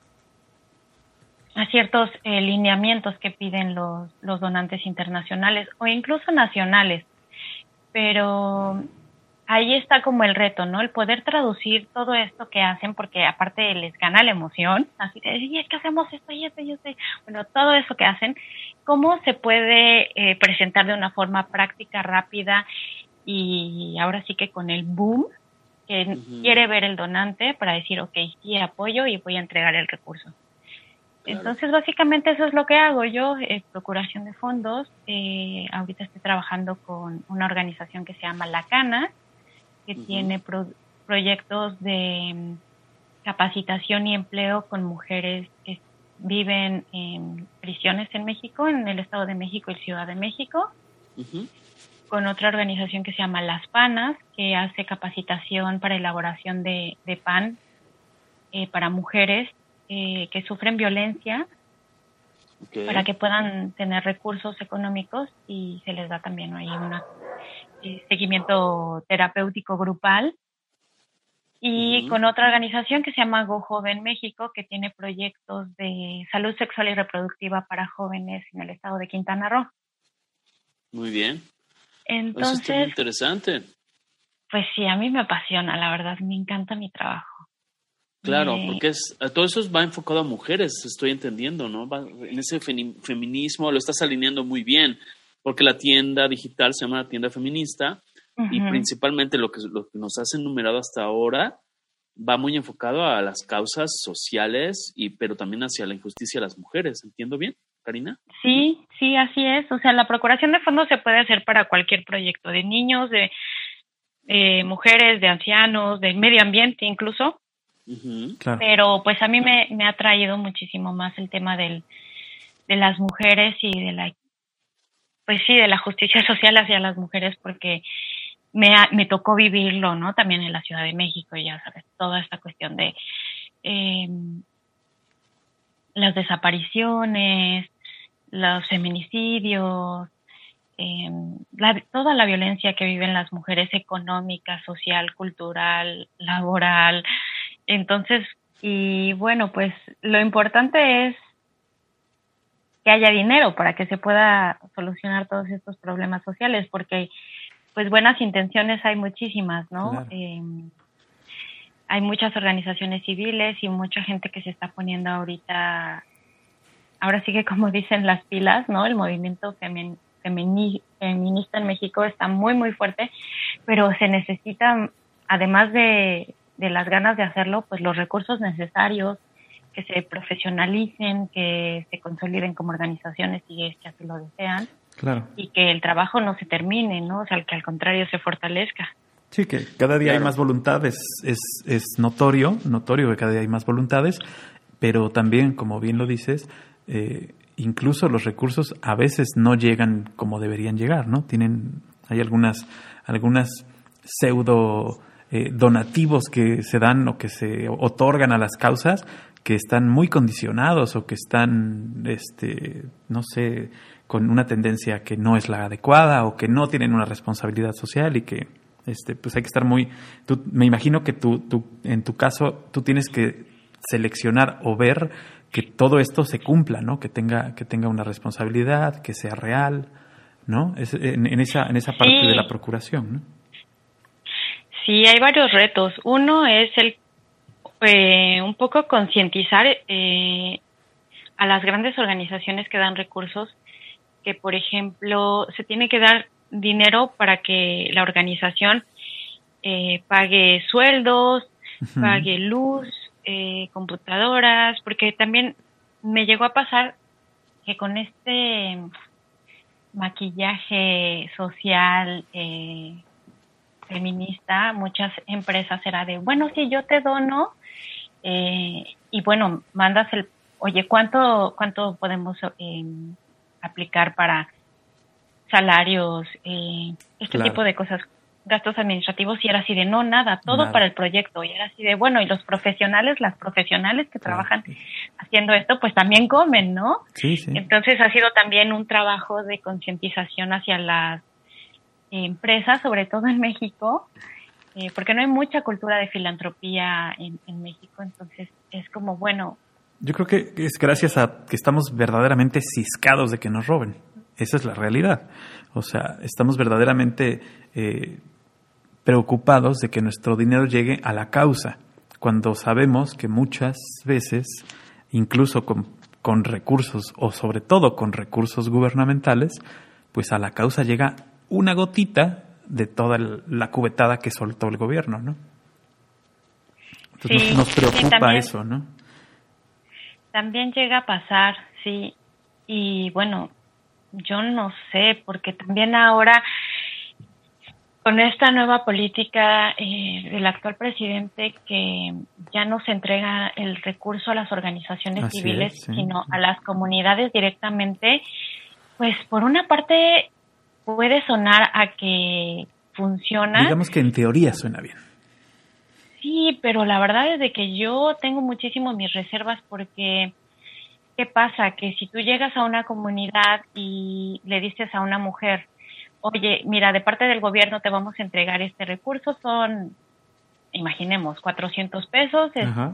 ciertos lineamientos que piden los donantes internacionales o incluso nacionales. Pero ahí está como el reto, ¿no? El poder traducir todo esto que hacen, porque aparte les gana la emoción, así de, es que hacemos esto y esto y esto. Bueno, todo eso que hacen, ¿cómo se puede presentar de una forma práctica, rápida y ahora sí que con el boom que quiere ver el donante para decir, sí, apoyo y voy a entregar el recurso? Claro. Entonces, básicamente eso es lo que hago yo, procuración de fondos. Ahorita estoy trabajando con una organización que se llama La Cana, que tiene proyectos de capacitación y empleo con mujeres que viven en prisiones en México, en el Estado de México y Ciudad de México. Ujú. con otra organización que se llama Las Panas, que hace capacitación para elaboración de pan para mujeres que sufren violencia, Okay. para que puedan tener recursos económicos, y se les da también ahí un seguimiento terapéutico grupal. Y con otra organización que se llama Go Joven México, que tiene proyectos de salud sexual y reproductiva para jóvenes en el estado de Quintana Roo. Muy bien. Entonces, Eso está muy interesante. pues sí, a mí me apasiona, la verdad, me encanta mi trabajo. Claro, porque todo eso va enfocado a mujeres, estoy entendiendo, ¿no? En ese feminismo lo estás alineando muy bien, porque la tienda digital se llama la tienda feminista, y principalmente lo que nos has enumerado hasta ahora va muy enfocado a las causas sociales, pero también hacia la injusticia de las mujeres. ¿Entiendo bien, Karina? Sí, así es. O sea, la procuración de fondos se puede hacer para cualquier proyecto, de niños, de mujeres, de ancianos, de medio ambiente incluso. Claro. Pero pues a mí me ha traído muchísimo más el tema de las mujeres y de la justicia social hacia las mujeres, porque me tocó vivirlo, ¿no? También en la Ciudad de México, ya sabes, toda esta cuestión de las desapariciones, los feminicidios, toda la violencia que viven las mujeres, económica, social, cultural, laboral. Entonces, y bueno, pues lo importante es que haya dinero para que se pueda solucionar todos estos problemas sociales, porque pues buenas intenciones hay muchísimas, ¿no? Claro. Hay muchas organizaciones civiles y mucha gente que se está poniendo ahora sí que, como dicen, las pilas, ¿no? El movimiento feminista en México está muy, muy fuerte, pero se necesitan, además de las ganas de hacerlo, pues los recursos necesarios, que se profesionalicen, que se consoliden como organizaciones si es que así lo desean. Claro. Y que el trabajo no se termine, ¿no? O sea, que al contrario se fortalezca. Sí, que cada día hay más voluntades, es notorio que cada día hay más voluntades, pero también, como bien lo dices, incluso los recursos a veces no llegan como deberían llegar, ¿no? Hay algunas pseudo donativos que se dan o que se otorgan a las causas que están muy condicionados o que están, no sé, con una tendencia que no es la adecuada o que no tienen una responsabilidad social y que pues hay que estar me imagino que en tu caso tú tienes que seleccionar o ver que todo esto se cumpla, ¿no? Que tenga una responsabilidad, que sea real, ¿no? En esa parte de la procuración, ¿no? Sí, hay varios retos. Uno es un poco concientizar a las grandes organizaciones que dan recursos, que por ejemplo se tiene que dar dinero para que la organización pague sueldos, pague luz, computadoras, porque también me llegó a pasar que con este maquillaje social feminista, muchas empresas era de, bueno, sí, yo te dono, y bueno, mandas oye, ¿cuánto podemos aplicar para salarios, Claro. tipo de cosas, gastos administrativos? Y era así de, no, nada, todo Nada. para el proyecto. Y era así de, bueno, y las profesionales que trabajan haciendo esto, pues también comen, ¿no? Sí, sí. Entonces ha sido también un trabajo de concientización hacia las empresas, sobre todo en México, porque no hay mucha cultura de filantropía en México. Entonces es como, bueno, Yo creo que es gracias a que estamos verdaderamente ciscados de que nos roben. Esa es la realidad. O sea, estamos verdaderamente preocupados de que nuestro dinero llegue a la causa, cuando sabemos que muchas veces, incluso con recursos, o sobre todo con recursos gubernamentales, pues a la causa llega una gotita de toda la cubetada que soltó el gobierno, ¿no? Entonces sí, nos preocupa también, eso, ¿no? También llega a pasar, sí. Y bueno, yo no sé, porque también ahora con esta nueva política del actual presidente, que ya no se entrega el recurso a las organizaciones Así civiles, es, sí. sino a las comunidades directamente, pues por una parte puede sonar a que funciona. Digamos que en teoría suena bien. Sí, pero la verdad es de que yo tengo muchísimo mis reservas porque ¿qué pasa? Que si tú llegas a una comunidad y le dices a una mujer, oye, mira, de parte del gobierno te vamos a entregar este recurso, son, imaginemos, 400 pesos, Ajá.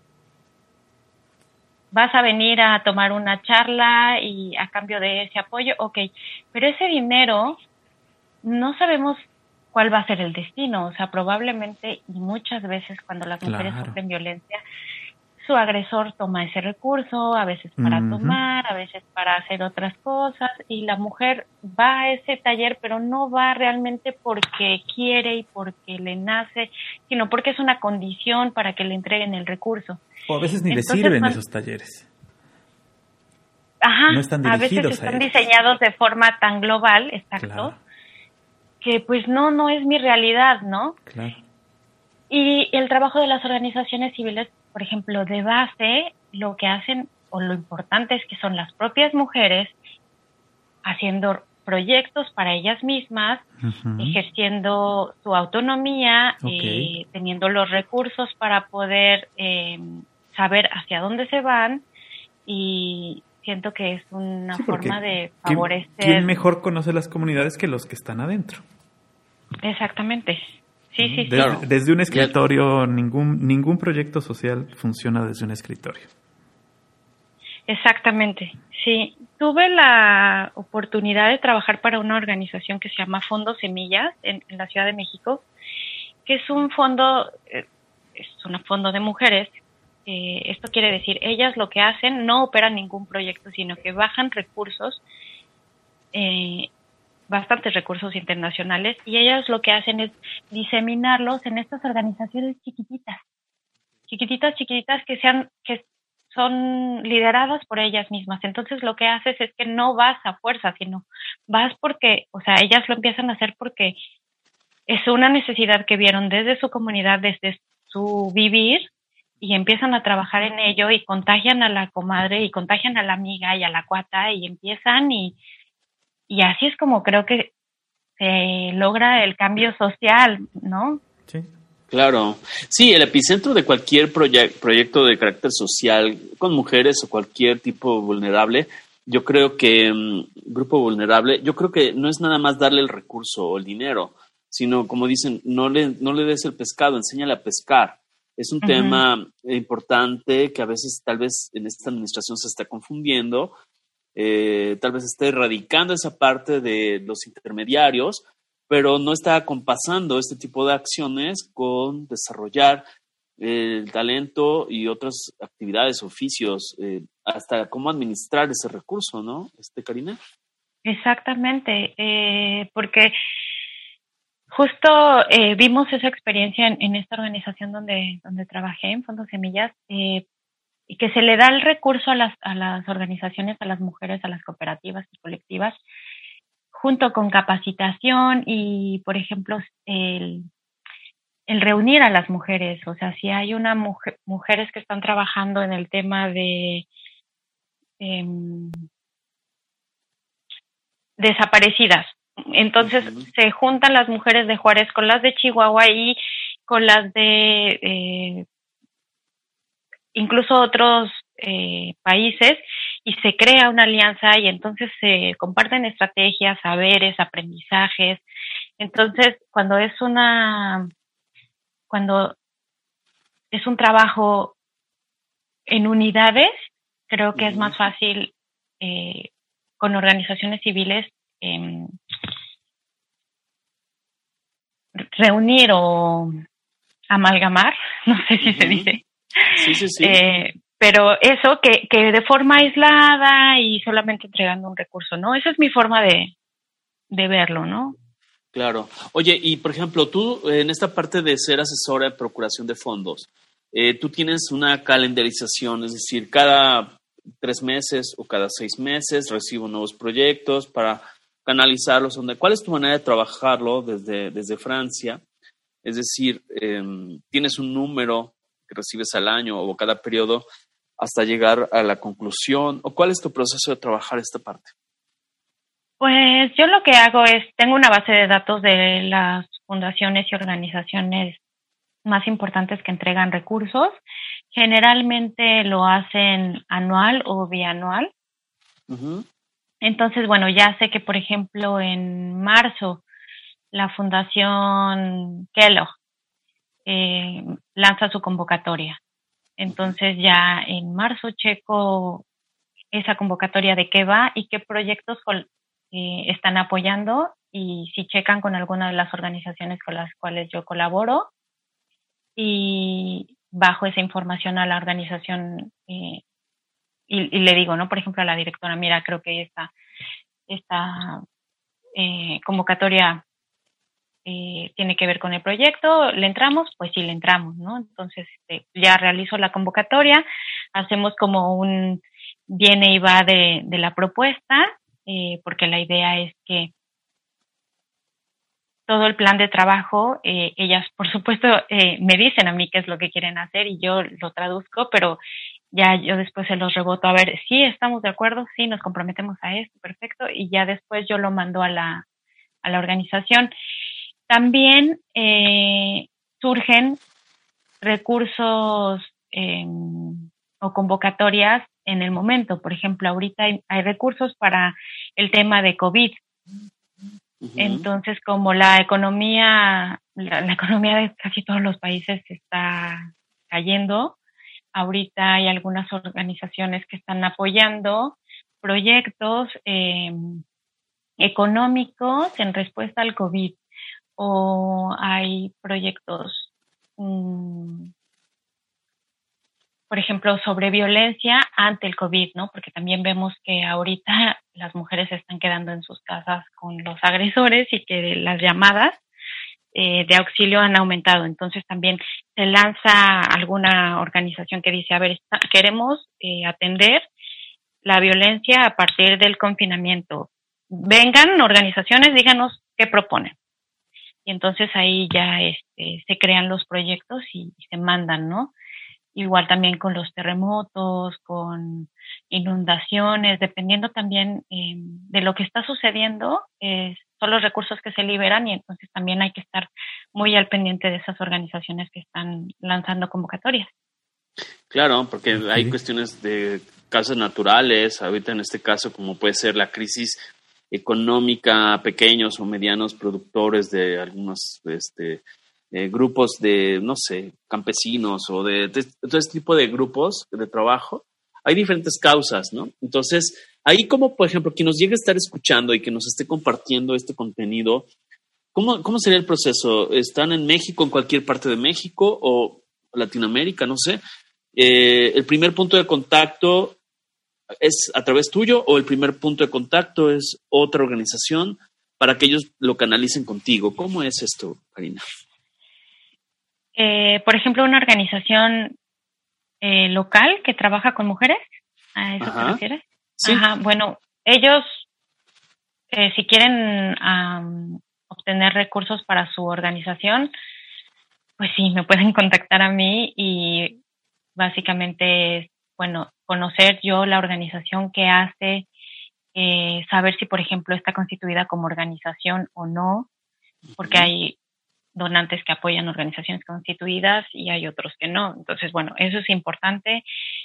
vas a venir a tomar una charla y a cambio de ese apoyo, ok, pero ese dinero no sabemos cuál va a ser el destino, o sea, probablemente y muchas veces cuando las mujeres sufren violencia, su agresor toma ese recurso, a veces para tomar, a veces para hacer otras cosas, y la mujer va a ese taller, pero no va realmente porque quiere y porque le nace, sino porque es una condición para que le entreguen el recurso. O a veces ni le sirven esos talleres. Ajá, no están a veces están diseñados de forma tan global, exacto, claro, que pues no es mi realidad, ¿no? Claro. Y el trabajo de las organizaciones civiles, por ejemplo, de base, lo que hacen, o lo importante es que son las propias mujeres haciendo proyectos para ellas mismas, ejerciendo su autonomía, teniendo los recursos para poder saber hacia dónde se van, y siento que es una forma de favorecer. ¿Quién mejor conoce las comunidades que los que están adentro? Exactamente. Sí. Desde un escritorio, ningún proyecto social funciona desde un escritorio. Exactamente, sí. Tuve la oportunidad de trabajar para una organización que se llama Fondo Semillas en la Ciudad de México, que es un fondo de mujeres. Esto quiere decir, ellas lo que hacen no operan ningún proyecto, sino que bajan recursos, bastantes recursos internacionales, y ellas lo que hacen es diseminarlos en estas organizaciones chiquititas que son lideradas por ellas mismas. Entonces lo que haces es que no vas a fuerza, sino vas porque, o sea, ellas lo empiezan a hacer porque es una necesidad que vieron desde su comunidad, desde su vivir, y empiezan a trabajar en ello y contagian a la comadre y contagian a la amiga y a la cuata y empiezan y así es como creo que se logra el cambio social, ¿no? Sí. Claro. Sí, el epicentro de cualquier proyecto de carácter social con mujeres o cualquier tipo vulnerable, yo creo que, grupo vulnerable, yo creo que no es nada más darle el recurso o el dinero, sino, como dicen, no le des el pescado, enséñale a pescar. Es un tema importante que a veces, tal vez, en esta administración se está confundiendo. Tal vez esté erradicando esa parte de los intermediarios, pero no está acompasando este tipo de acciones con desarrollar el talento y otras actividades, oficios, hasta cómo administrar ese recurso, ¿no, Karina? Exactamente, porque justo vimos esa experiencia en esta organización donde trabajé, en Fondo Semillas, y que se le da el recurso a las organizaciones, a las mujeres, a las cooperativas y colectivas, junto con capacitación y, por ejemplo, el reunir a las mujeres. O sea, si hay mujeres que están trabajando en el tema de desaparecidas, entonces se juntan las mujeres de Juárez con las de Chihuahua y con las de incluso otros países, y se crea una alianza y entonces se comparten estrategias, saberes, aprendizajes. Entonces, cuando es un trabajo en unidades, creo que es más fácil con organizaciones civiles reunir o amalgamar, no sé si se dice. Sí. Pero eso que de forma aislada y solamente entregando un recurso, ¿no? Esa es mi forma de verlo, ¿no? Claro. Oye, y por ejemplo, tú en esta parte de ser asesora de procuración de fondos, tú tienes una calendarización, es decir, cada 3 meses o cada 6 meses recibo nuevos proyectos para canalizarlos. ¿Cuál es tu manera de trabajarlo desde Francia? Es decir, ¿tienes un número que recibes al año o cada periodo hasta llegar a la conclusión? ¿O cuál es tu proceso de trabajar esta parte? Pues yo lo que hago es, tengo una base de datos de las fundaciones y organizaciones más importantes que entregan recursos. Generalmente lo hacen anual o bianual. Uh-huh. Entonces, bueno, ya sé que, por ejemplo, en marzo la Fundación Kellogg lanza su convocatoria. Entonces ya en marzo checo esa convocatoria de qué va y qué proyectos están apoyando, y si checan con alguna de las organizaciones con las cuales yo colaboro, y bajo esa información a la organización y le digo, ¿no? Por ejemplo, a la directora, mira, creo que esta convocatoria tiene que ver con el proyecto, ¿le entramos? Pues sí, le entramos, ¿no? Entonces ya realizo la convocatoria, hacemos como un viene y va de la propuesta, porque la idea es que todo el plan de trabajo, ellas por supuesto me dicen a mí qué es lo que quieren hacer y yo lo traduzco, pero ya yo después se los reboto a ver, sí, estamos de acuerdo, sí, nos comprometemos a esto, perfecto, y ya después yo lo mando a la organización. También surgen recursos o convocatorias en el momento. Por ejemplo, ahorita hay recursos para el tema de COVID. Uh-huh. Entonces, como la economía de casi todos los países está cayendo, ahorita hay algunas organizaciones que están apoyando proyectos económicos en respuesta al COVID, o hay proyectos, por ejemplo, sobre violencia ante el COVID, ¿no? Porque también vemos que ahorita las mujeres se están quedando en sus casas con los agresores y que las llamadas de auxilio han aumentado. Entonces también se lanza alguna organización que dice, a ver, queremos atender la violencia a partir del confinamiento. Vengan organizaciones, díganos qué proponen. Y entonces ahí ya se crean los proyectos y se mandan, ¿no? Igual también con los terremotos, con inundaciones, dependiendo también de lo que está sucediendo, son los recursos que se liberan, y entonces también hay que estar muy al pendiente de esas organizaciones que están lanzando convocatorias. Claro, porque hay cuestiones de causas naturales, ahorita en este caso como puede ser la crisis económica, pequeños o medianos productores de algunos grupos de, no sé, campesinos o de todo este tipo de grupos de trabajo. Hay diferentes causas, ¿no? Entonces, ahí como, por ejemplo, quien nos llegue a estar escuchando y que nos esté compartiendo este contenido, ¿cómo sería el proceso? ¿Están en México, en cualquier parte de México o Latinoamérica? No sé. ¿El primer punto de contacto es a través tuyo o el primer punto de contacto es otra organización para que ellos lo canalicen contigo? ¿Cómo es esto, Karina? Por ejemplo, una organización local que trabaja con mujeres, ¿a eso te refieres? Sí. Ajá, bueno, ellos si quieren obtener recursos para su organización, pues sí, me pueden contactar a mí y básicamente, bueno, conocer yo la organización que hace, saber si, por ejemplo, está constituida como organización o no, porque hay donantes que apoyan organizaciones constituidas y hay otros que no. Entonces, bueno, eso es importante.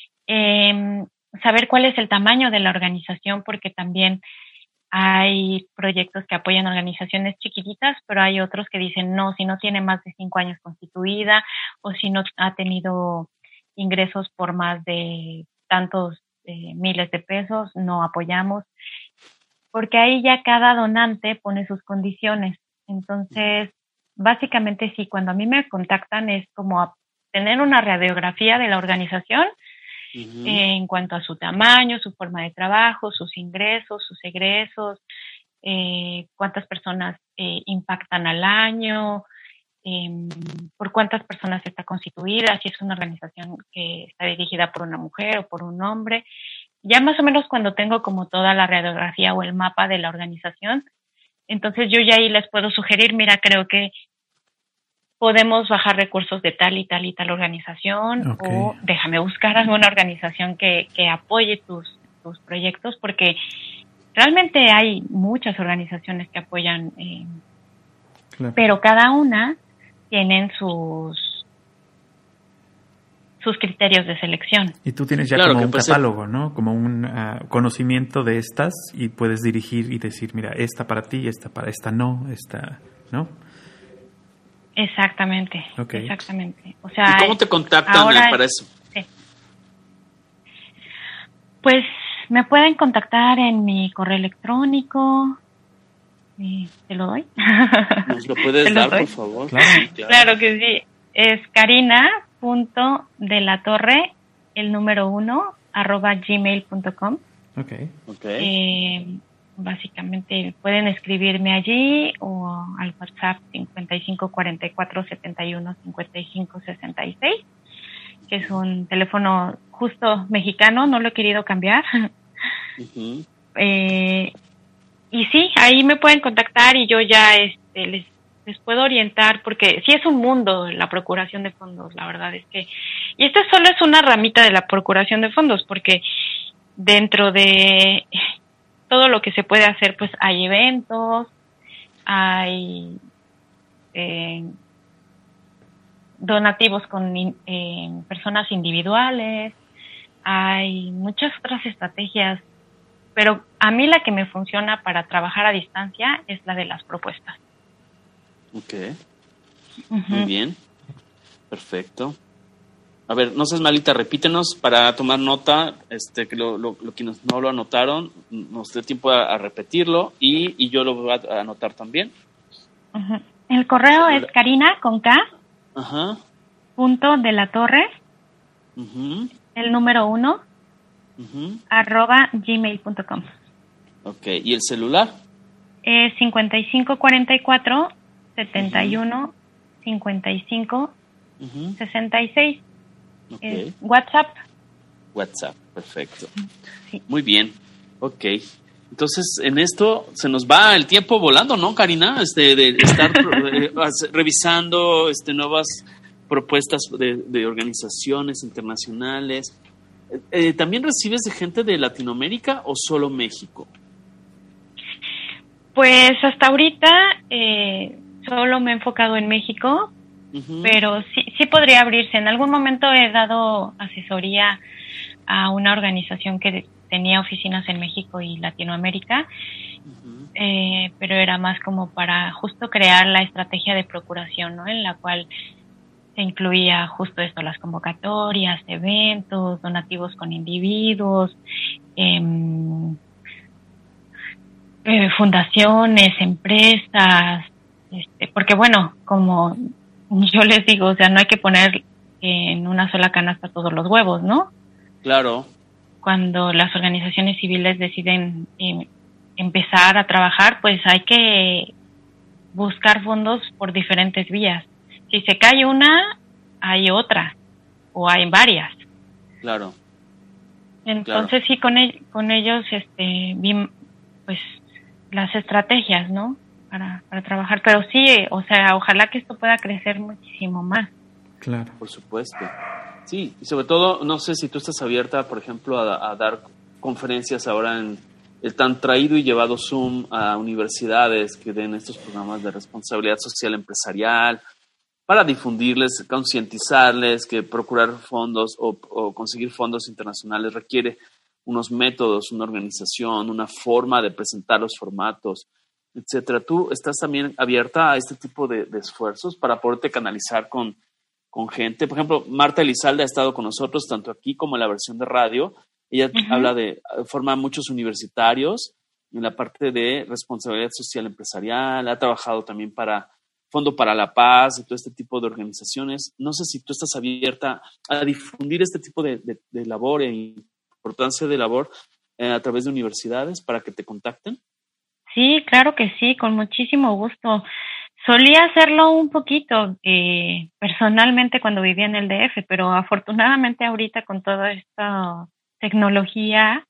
Saber cuál es el tamaño de la organización, porque también hay proyectos que apoyan organizaciones chiquititas, pero hay otros que dicen, no, si no tiene más de 5 años constituida o si no ha tenido ingresos por más de tantos miles de pesos, no apoyamos, porque ahí ya cada donante pone sus condiciones. Entonces, básicamente sí, cuando a mí me contactan es como tener una radiografía de la organización en cuanto a su tamaño, su forma de trabajo, sus ingresos, sus egresos, cuántas personas impactan al año, por cuántas personas está constituida, si es una organización que está dirigida por una mujer o por un hombre. Ya más o menos cuando tengo como toda la radiografía o el mapa de la organización, entonces yo ya ahí les puedo sugerir, mira, creo que podemos bajar recursos de tal y tal y tal organización, o déjame buscar alguna organización que apoye tus proyectos, porque realmente hay muchas organizaciones que apoyan, Claro. pero cada una tienen sus criterios de selección. Y tú tienes ya Claro, como que un puede ser. catálogo, ¿no? Como un conocimiento de estas y puedes dirigir y decir, mira, esta para ti, esta para esta no, esta, ¿no? Exactamente, Ok. exactamente. O sea, ¿Y cómo te contactan ahora para eso? sí. Pues me pueden contactar en mi correo electrónico. ¿Te lo doy? ¿Nos lo puedes ¿Te lo dar, doy? por favor? Claro. Sí, Claro que sí. Es carina.delatorre, el número 1, @gmail.com. Ok. Ok. Básicamente pueden escribirme allí o al WhatsApp 5544715566, que es un teléfono justo mexicano, no lo he querido cambiar. Ujú. Y sí, ahí me pueden contactar y yo ya les puedo orientar, porque sí es un mundo la procuración de fondos, la verdad es que, y esta solo es una ramita de la procuración de fondos, porque dentro de todo lo que se puede hacer, pues hay eventos, hay donativos con personas individuales, hay muchas otras estrategias, pero a mí la que me funciona para trabajar a distancia es la de las propuestas. Ok. Uh-huh. Muy bien. Perfecto. A ver, no seas malita, repítenos para tomar nota, que lo quienes no lo anotaron, nos dé tiempo a repetirlo y yo lo voy a anotar también. Uh-huh. El correo es Karina con K. Ajá. .delatorre, Uh-huh. el número 1, Uh-huh. @gmail.com. Ok, ¿y el celular? 5544 71 55 Uh-huh. 66. Ok. WhatsApp. WhatsApp, perfecto. Sí. Muy bien, ok. Entonces, en esto se nos va el tiempo volando, ¿no, Karina? De estar revisando nuevas propuestas de organizaciones internacionales. ¿También recibes de gente de Latinoamérica o solo México? Pues hasta ahorita solo me he enfocado en México, Uh-huh. pero sí podría abrirse. En algún momento he dado asesoría a una organización que tenía oficinas en México y Latinoamérica, Uh-huh. pero era más como para justo crear la estrategia de procuración, ¿no? En la cual se incluía justo esto, las convocatorias, eventos, donativos con individuos, fundaciones, empresas, porque bueno, como yo les digo, o sea, no hay que poner en una sola canasta todos los huevos, ¿no? Claro. Cuando las organizaciones civiles deciden empezar a trabajar, pues hay que buscar fondos por diferentes vías. Si se cae una, hay otra, o hay varias. Claro. Entonces sí, con ellos vi pues las estrategias, ¿no? Para trabajar, pero sí, o sea, ojalá que esto pueda crecer muchísimo más. Claro. Por supuesto. Sí, y sobre todo, no sé si tú estás abierta, por ejemplo, a dar conferencias ahora en el tan traído y llevado Zoom a universidades que den estos programas de responsabilidad social empresarial, para difundirles, concientizarles que procurar fondos o conseguir fondos internacionales requiere unos métodos, una organización, una forma de presentar los formatos, etcétera. ¿Tú estás también abierta a este tipo de esfuerzos para poderte canalizar con gente? Por ejemplo, Marta Elizalde ha estado con nosotros tanto aquí como en la versión de radio. Ella forma muchos universitarios en la parte de responsabilidad social empresarial, ha trabajado también para Fondo para la Paz y todo este tipo de organizaciones. No sé si tú estás abierta a difundir este tipo de labor e importancia de labor a través de universidades para que te contacten. Sí, claro que sí, con muchísimo gusto. Solía hacerlo un poquito personalmente cuando vivía en el DF, pero afortunadamente ahorita con toda esta tecnología,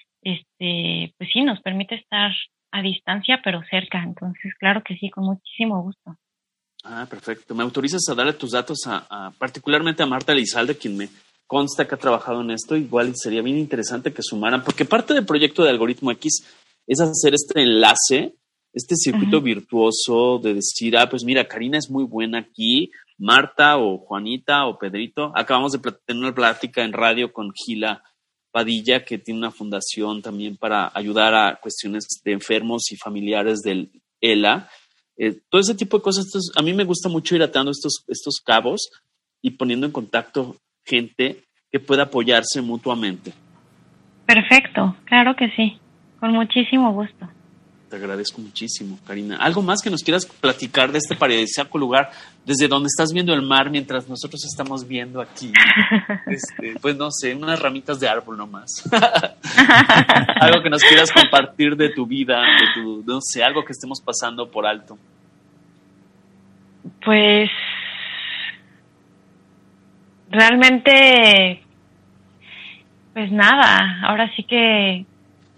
pues sí, nos permite estar a distancia pero cerca. Entonces, claro que sí, con muchísimo gusto. Ah, perfecto. ¿Me autorizas a darle tus datos particularmente a Marta Elizalde, quien me consta que ha trabajado en esto? Igual sería bien interesante que sumaran, porque parte del proyecto de Algoritmo X es hacer este enlace, este circuito virtuoso de decir, pues mira, Karina es muy buena aquí, Marta o Juanita o Pedrito. Acabamos de tener una plática en radio con Gila Padilla, que tiene una fundación también para ayudar a cuestiones de enfermos y familiares del ELA. Todo ese tipo de cosas. A mí me gusta mucho ir atando estos cabos y poniendo en contacto gente que pueda apoyarse mutuamente. Perfecto, claro que sí, con muchísimo gusto. Te agradezco muchísimo, Karina. ¿Algo más que nos quieras platicar de este paradisíaco lugar desde donde estás viendo el mar mientras nosotros estamos viendo aquí? Pues no sé, unas ramitas de árbol nomás. Algo que nos quieras compartir de tu vida, no sé, algo que estemos pasando por alto. Pues realmente, pues nada, ahora sí que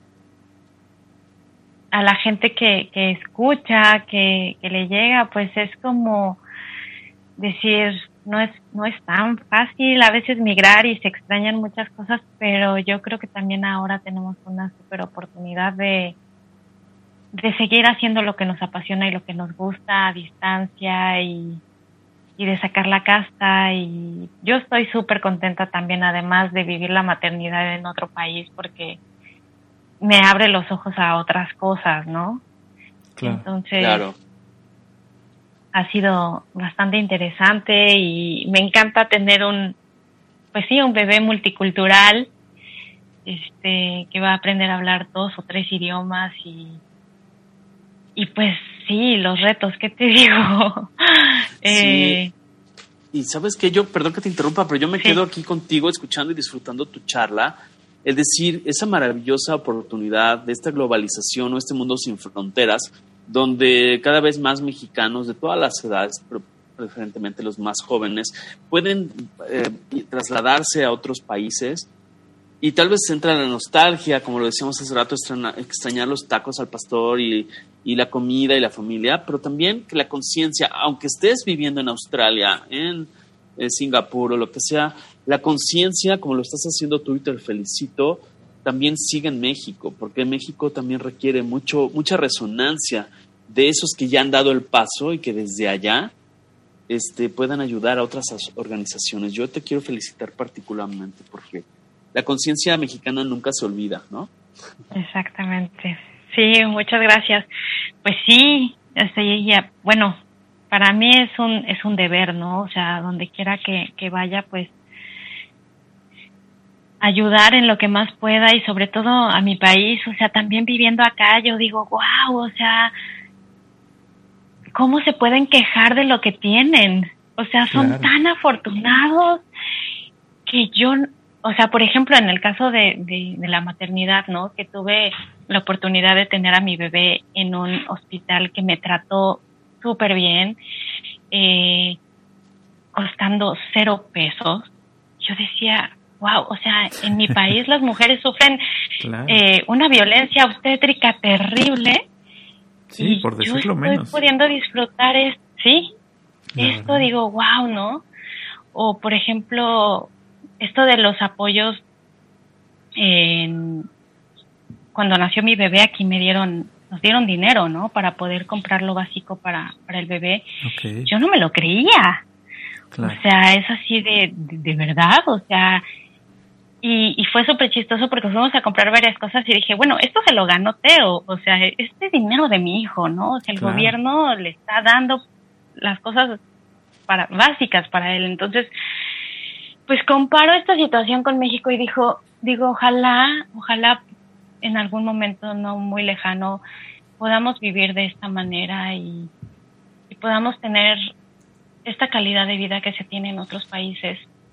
a la gente que escucha, que le llega, pues es como decir, no es tan fácil a veces migrar y se extrañan muchas cosas, pero yo creo que también ahora tenemos una super oportunidad de seguir haciendo lo que nos apasiona y lo que nos gusta a distancia y de sacar la casta. Y yo estoy súper contenta también, además de vivir la maternidad en otro país, porque me abre los ojos a otras cosas, ¿no? Claro. Entonces, claro, ha sido bastante interesante y me encanta tener un bebé multicultural, que va a aprender a hablar 2 o 3 idiomas y pues sí, los retos, ¿qué te digo? Sí. Y sabes que perdón que te interrumpa, pero yo me quedo aquí contigo escuchando y disfrutando tu charla. Es decir, esa maravillosa oportunidad de esta globalización o este mundo sin fronteras, donde cada vez más mexicanos de todas las edades, pero preferentemente los más jóvenes, pueden trasladarse a otros países y tal vez entra la nostalgia, como lo decíamos hace rato, extrañar los tacos al pastor y la comida y la familia, pero también que la conciencia, aunque estés viviendo en Australia, en Singapur o lo que sea, la conciencia, como lo estás haciendo tú y te felicito, también sigue en México, porque México también requiere mucha resonancia de esos que ya han dado el paso y que desde allá puedan ayudar a otras organizaciones. Yo te quiero felicitar particularmente porque la conciencia mexicana nunca se olvida, ¿no? Exactamente. Sí, muchas gracias. Pues sí, bueno, para mí es un deber, ¿no? O sea, donde quiera que vaya, pues ayudar en lo que más pueda y sobre todo a mi país. O sea, también viviendo acá, yo digo, wow, o sea, ¿cómo se pueden quejar de lo que tienen? O sea, son tan afortunados que o sea, por ejemplo, en el caso de la maternidad, ¿no? Que tuve la oportunidad de tener a mi bebé en un hospital que me trató súper bien, costando 0 pesos. Yo decía, wow, o sea, en mi país las mujeres sufren una violencia obstétrica terrible. Sí, por decirlo menos. Yo estoy pudiendo disfrutar esto, digo, wow, ¿no? O, por ejemplo, esto de los apoyos, cuando nació mi bebé aquí nos dieron dinero, ¿no? Para poder comprar lo básico para el bebé. Okay. Yo no me lo creía. Claro. O sea, es así de verdad, o sea, y fue súper chistoso porque fuimos a comprar varias cosas y dije, bueno, esto se lo ganó Teo, o sea, este es dinero de mi hijo, ¿no? O sea, el gobierno le está dando las cosas básicas para él. Entonces, pues comparo esta situación con México y digo, ojalá en algún momento no muy lejano podamos vivir de esta manera y podamos tener esta calidad de vida que se tiene en otros países.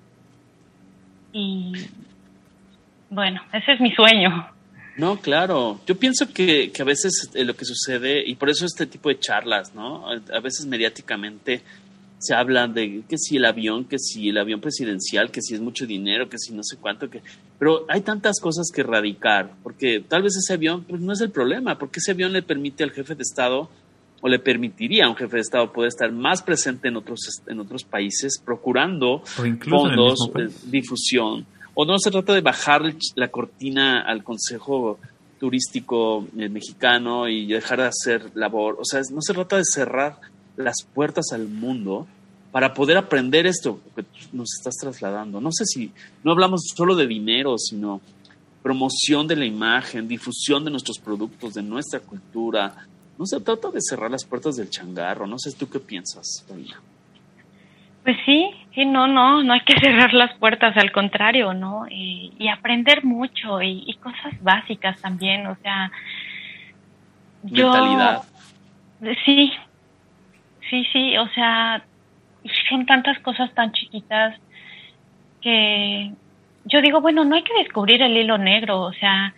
Y bueno, ese es mi sueño. No, claro. Yo pienso que a veces lo que sucede, y por eso este tipo de charlas, ¿no? A veces mediáticamente se habla de que si el avión presidencial, que si es mucho dinero, que si no sé cuánto, pero hay tantas cosas que erradicar, porque tal vez ese avión pues no es el problema, porque ese avión le permite al jefe de Estado, o le permitiría a un jefe de Estado poder estar más presente en otros países, procurando fondos, difusión. O no se trata de bajar la cortina al Consejo turístico mexicano y dejar de hacer labor. O sea, no se trata de cerrar las puertas al mundo para poder aprender esto que nos estás trasladando. No sé si no hablamos solo de dinero, sino promoción de la imagen, difusión de nuestros productos, de nuestra cultura. No se trata de cerrar las puertas del changarro. No sé tú qué piensas, Paulina. Pues sí, no hay que cerrar las puertas, al contrario, ¿no? Y aprender mucho y cosas básicas también, o sea, mentalidad. Sí, o sea, son tantas cosas tan chiquitas que yo digo, bueno, no hay que descubrir el hilo negro, o sea,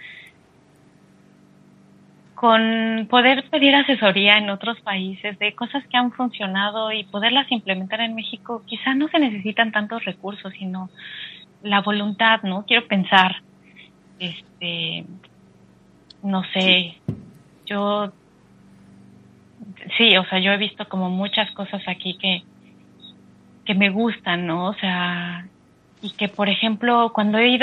con poder pedir asesoría en otros países de cosas que han funcionado y poderlas implementar en México, quizá no se necesitan tantos recursos, sino la voluntad, ¿no? Quiero pensar, no sé, yo he visto como muchas cosas aquí que me gustan, ¿no? O sea, y que, por ejemplo, cuando he ido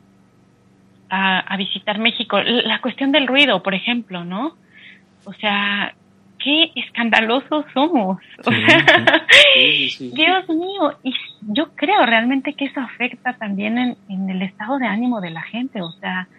a visitar México, la cuestión del ruido, por ejemplo, ¿no? O sea, qué escandalosos somos. Sí. Dios mío, y yo creo realmente que eso afecta también en el estado de ánimo de la gente, o sea,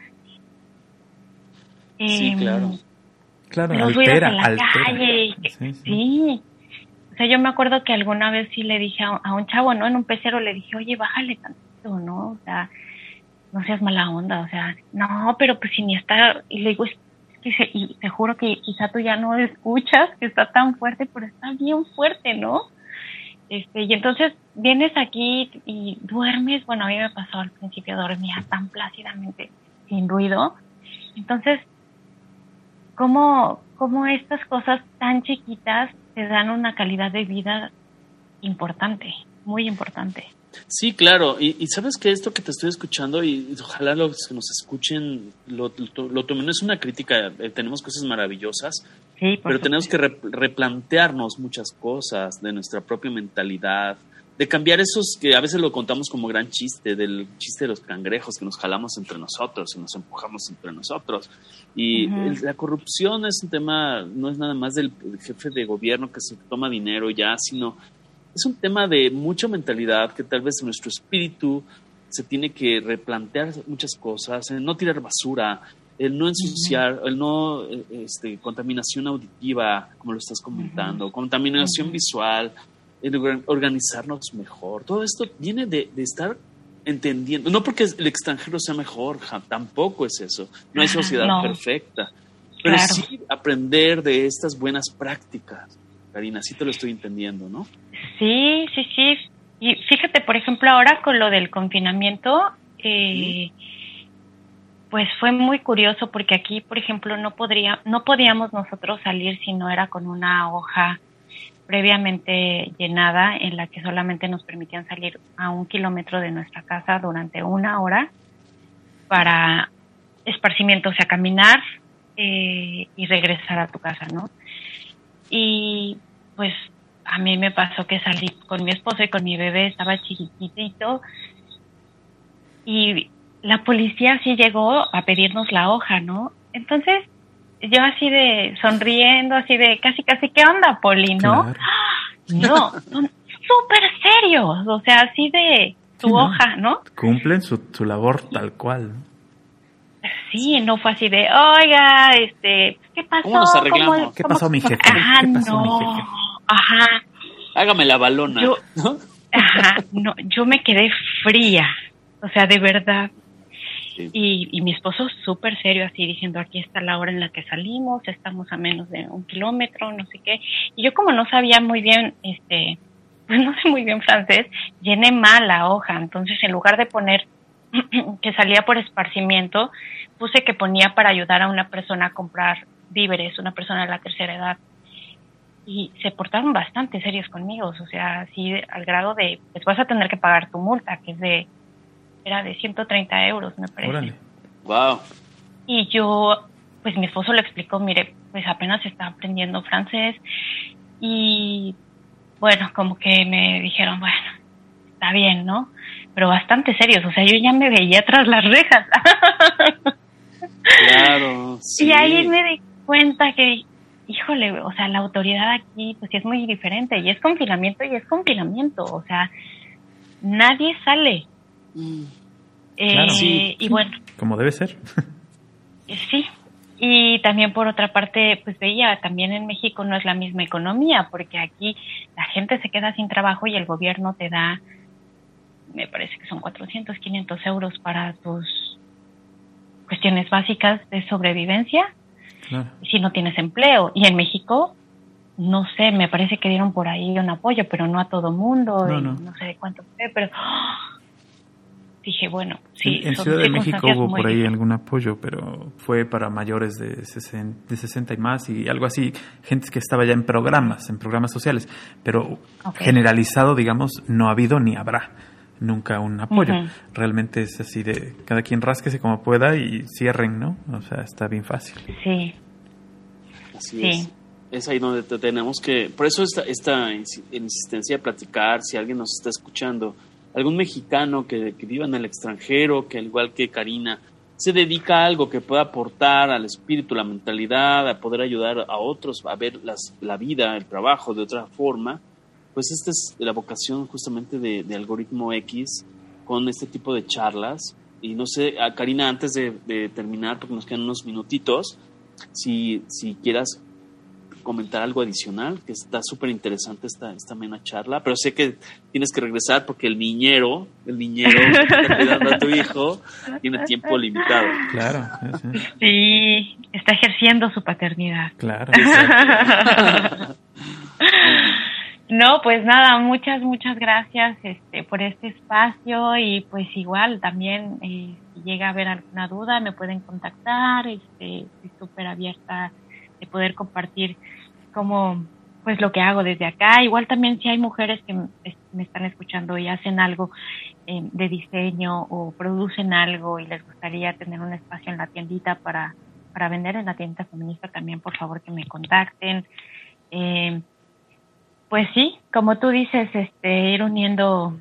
sí, claro. Claro, los ruidos en la calle. Sí. O sea, yo me acuerdo que alguna vez sí le dije a un chavo, ¿no? En un pecero le dije, oye, bájale tantito, ¿no? O sea, no seas mala onda, o sea, no, pero pues si ni está, y le digo, y te juro que quizá tú ya no escuchas que está tan fuerte, pero está bien fuerte, ¿no? Y entonces vienes aquí y duermes, bueno, a mí me pasó al principio, dormía tan plácidamente, sin ruido, entonces, ¿cómo estas cosas tan chiquitas te dan una calidad de vida importante, muy importante? Sí, claro, y sabes que esto que te estoy escuchando, y ojalá los que nos escuchen lo tomen, no es una crítica, tenemos cosas maravillosas, sí, pero tenemos que replantearnos muchas cosas de nuestra propia mentalidad, de cambiar esos que a veces lo contamos como gran chiste, del chiste de los cangrejos que nos jalamos entre nosotros y nos empujamos entre nosotros. Y la corrupción es un tema, no es nada más del jefe de gobierno que se toma dinero ya, sino es un tema de mucha mentalidad que tal vez nuestro espíritu se tiene que replantear muchas cosas, el no tirar basura, el no ensuciar, el no contaminación auditiva, como lo estás comentando, contaminación visual, el organizarnos mejor. Todo esto viene de estar entendiendo, no porque el extranjero sea mejor, tampoco es eso, no hay sociedad perfecta, pero claro, sí aprender de estas buenas prácticas. Karina, sí te lo estoy entendiendo, ¿no? Sí. Y fíjate, por ejemplo, ahora con lo del confinamiento, pues fue muy curioso porque aquí, por ejemplo, no podíamos nosotros salir si no era con una hoja previamente llenada en la que solamente nos permitían salir a 1 kilómetro de nuestra casa durante 1 hora para esparcimiento, o sea, caminar y regresar a tu casa, ¿no? Y pues a mí me pasó que salí con mi esposo y con mi bebé, estaba chiquitito, y la policía sí llegó a pedirnos la hoja, ¿no? Entonces, yo así de sonriendo, así de casi, ¿qué onda, Poli, no? Claro. No, son súper serios, o sea, así de tu hoja, ¿no? Cumplen su labor tal cual. Sí, no fue así de, oiga, ¿qué pasó? ¿Cómo nos arreglamos? ¿Qué pasó, mi jefe? Ajá, ¿Qué pasó, no, mi jefe? Ajá. Hágame la balona. Yo me quedé fría, o sea, de verdad. Sí. Y mi esposo súper serio, así diciendo, aquí está la hora en la que salimos, estamos a menos de 1 kilómetro, no sé qué. Y yo como no sabía muy bien, pues no sé muy bien francés, llené mal la hoja. Entonces, en lugar de poner que salía por esparcimiento, puse que ponía para ayudar a una persona a comprar víveres, una persona de la tercera edad. Y se portaron bastante serios conmigo, o sea, así al grado de, pues vas a tener que pagar tu multa, que era de 130 euros, me parece. Órale. Wow. Y yo, pues mi esposo le explicó, mire, pues apenas está aprendiendo francés. Y bueno, como que me dijeron, bueno, está bien, ¿no? Pero bastante serios, o sea, yo ya me veía tras las rejas. Claro. Sí. Y ahí me di cuenta que, híjole, o sea, la autoridad aquí pues es muy diferente, y es confinamiento, o sea, nadie sale. Claro. Y bueno, como debe ser. sí. Y también por otra parte, pues veía, también en México no es la misma economía, porque aquí la gente se queda sin trabajo y el gobierno te da, me parece que son 400, 500 euros para tus cuestiones básicas de sobrevivencia, Claro. si no tienes empleo. Y en México, no sé, me parece que dieron por ahí un apoyo, pero no a todo mundo, no sé de cuánto fue, pero dije, bueno, sí. En Ciudad de México hubo por ahí algún apoyo, pero fue para mayores de 60 y más y algo así, gente que estaba ya en programas sociales, pero generalizado, digamos, no ha habido ni habrá nunca un apoyo. Realmente es así de cada quien rásquese como pueda y cierren, ¿no? O sea, está bien fácil. Sí. Así es. Es ahí donde tenemos que... Por eso esta insistencia de platicar, si alguien nos está escuchando, algún mexicano que viva en el extranjero, que al igual que Karina, se dedica a algo que pueda aportar al espíritu, la mentalidad, a poder ayudar a otros a ver la vida, el trabajo de otra forma, pues esta es la vocación justamente de Algoritmo X con este tipo de charlas. Y no sé, Karina, antes de terminar, porque nos quedan unos minutitos, si quieras comentar algo adicional, que está súper interesante esta amena charla, pero sé que tienes que regresar porque el niñero que está cuidando a tu hijo tiene tiempo limitado. Claro. Sí, está ejerciendo su paternidad. Claro. No, pues nada, muchas gracias por este espacio, y pues igual también si llega a haber alguna duda me pueden contactar, estoy súper abierta de poder compartir como pues lo que hago desde acá. Igual también si hay mujeres que me están escuchando y hacen algo de diseño o producen algo y les gustaría tener un espacio en la tiendita para vender en la tienda feminista, también por favor que me contacten. Pues sí, como tú dices, ir uniendo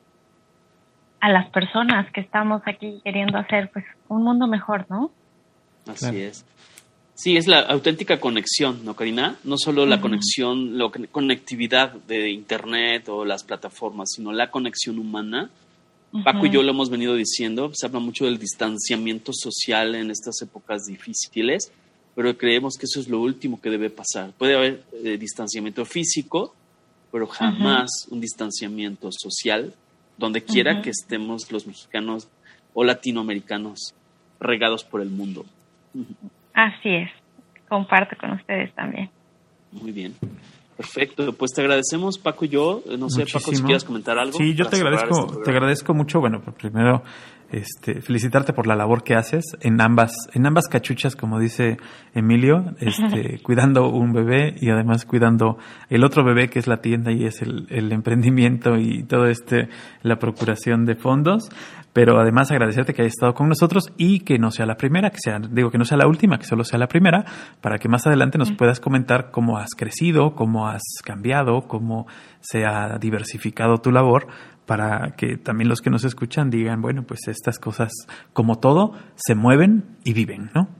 a las personas que estamos aquí queriendo hacer pues un mundo mejor, ¿no? Así es. Sí, es la auténtica conexión, ¿no, Karina? No solo la conexión, conectividad de Internet o las plataformas, sino la conexión humana. Paco y yo lo hemos venido diciendo, se habla mucho del distanciamiento social en estas épocas difíciles, pero creemos que eso es lo último que debe pasar. Puede haber distanciamiento físico, pero jamás un distanciamiento social, donde quiera que estemos los mexicanos o latinoamericanos regados por el mundo. Así es, comparto con ustedes también. Muy bien, perfecto. Pues te agradecemos, Paco y yo. No sé, Paco, si quieres comentar algo. Sí, yo te agradezco mucho. Bueno, primero felicitarte por la labor que haces en ambas cachuchas, como dice Emilio, cuidando un bebé y además cuidando el otro bebé que es la tienda y es el emprendimiento y todo la procuración de fondos. Pero además agradecerte que hayas estado con nosotros y que no sea la primera, que no sea la última, que solo sea la primera, para que más adelante nos puedas comentar cómo has crecido, cómo has cambiado, cómo se ha diversificado tu labor, para que también los que nos escuchan digan, bueno, pues estas cosas, como todo, se mueven y viven, ¿no?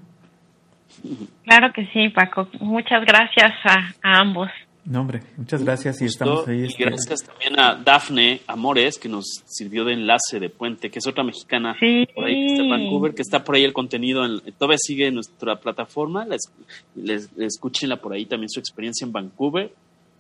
Claro que sí, Paco. Muchas gracias a ambos. No, hombre, muchas gracias y estamos ahí. Y gracias también a Dafne Amores, que nos sirvió de enlace de puente, que es otra mexicana por ahí que está en Vancouver, que está por ahí el contenido, todavía sigue en nuestra plataforma, escúchenla por ahí también su experiencia en Vancouver.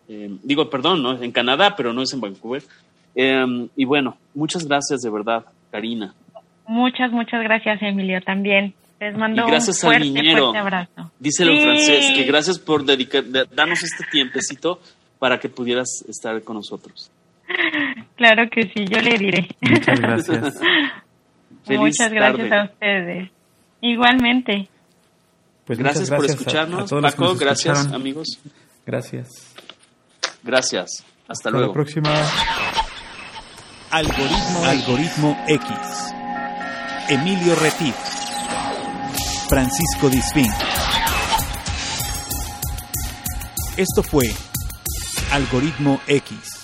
No, en Canadá, pero no es en Vancouver. Y bueno, muchas gracias de verdad, Karina. Muchas gracias, Emilio, también. Les mando un fuerte abrazo. Díselo en francés, que gracias por darnos este tiempecito para que pudieras estar con nosotros. Claro que sí, yo le diré. Muchas gracias. Muchas gracias a ustedes. Igualmente. Pues gracias por escucharnos, Paco, gracias, amigos. Gracias. Gracias. Hasta luego. La próxima. Algoritmo X. Emilio Retif. Francisco Disfín. Esto fue Algoritmo X.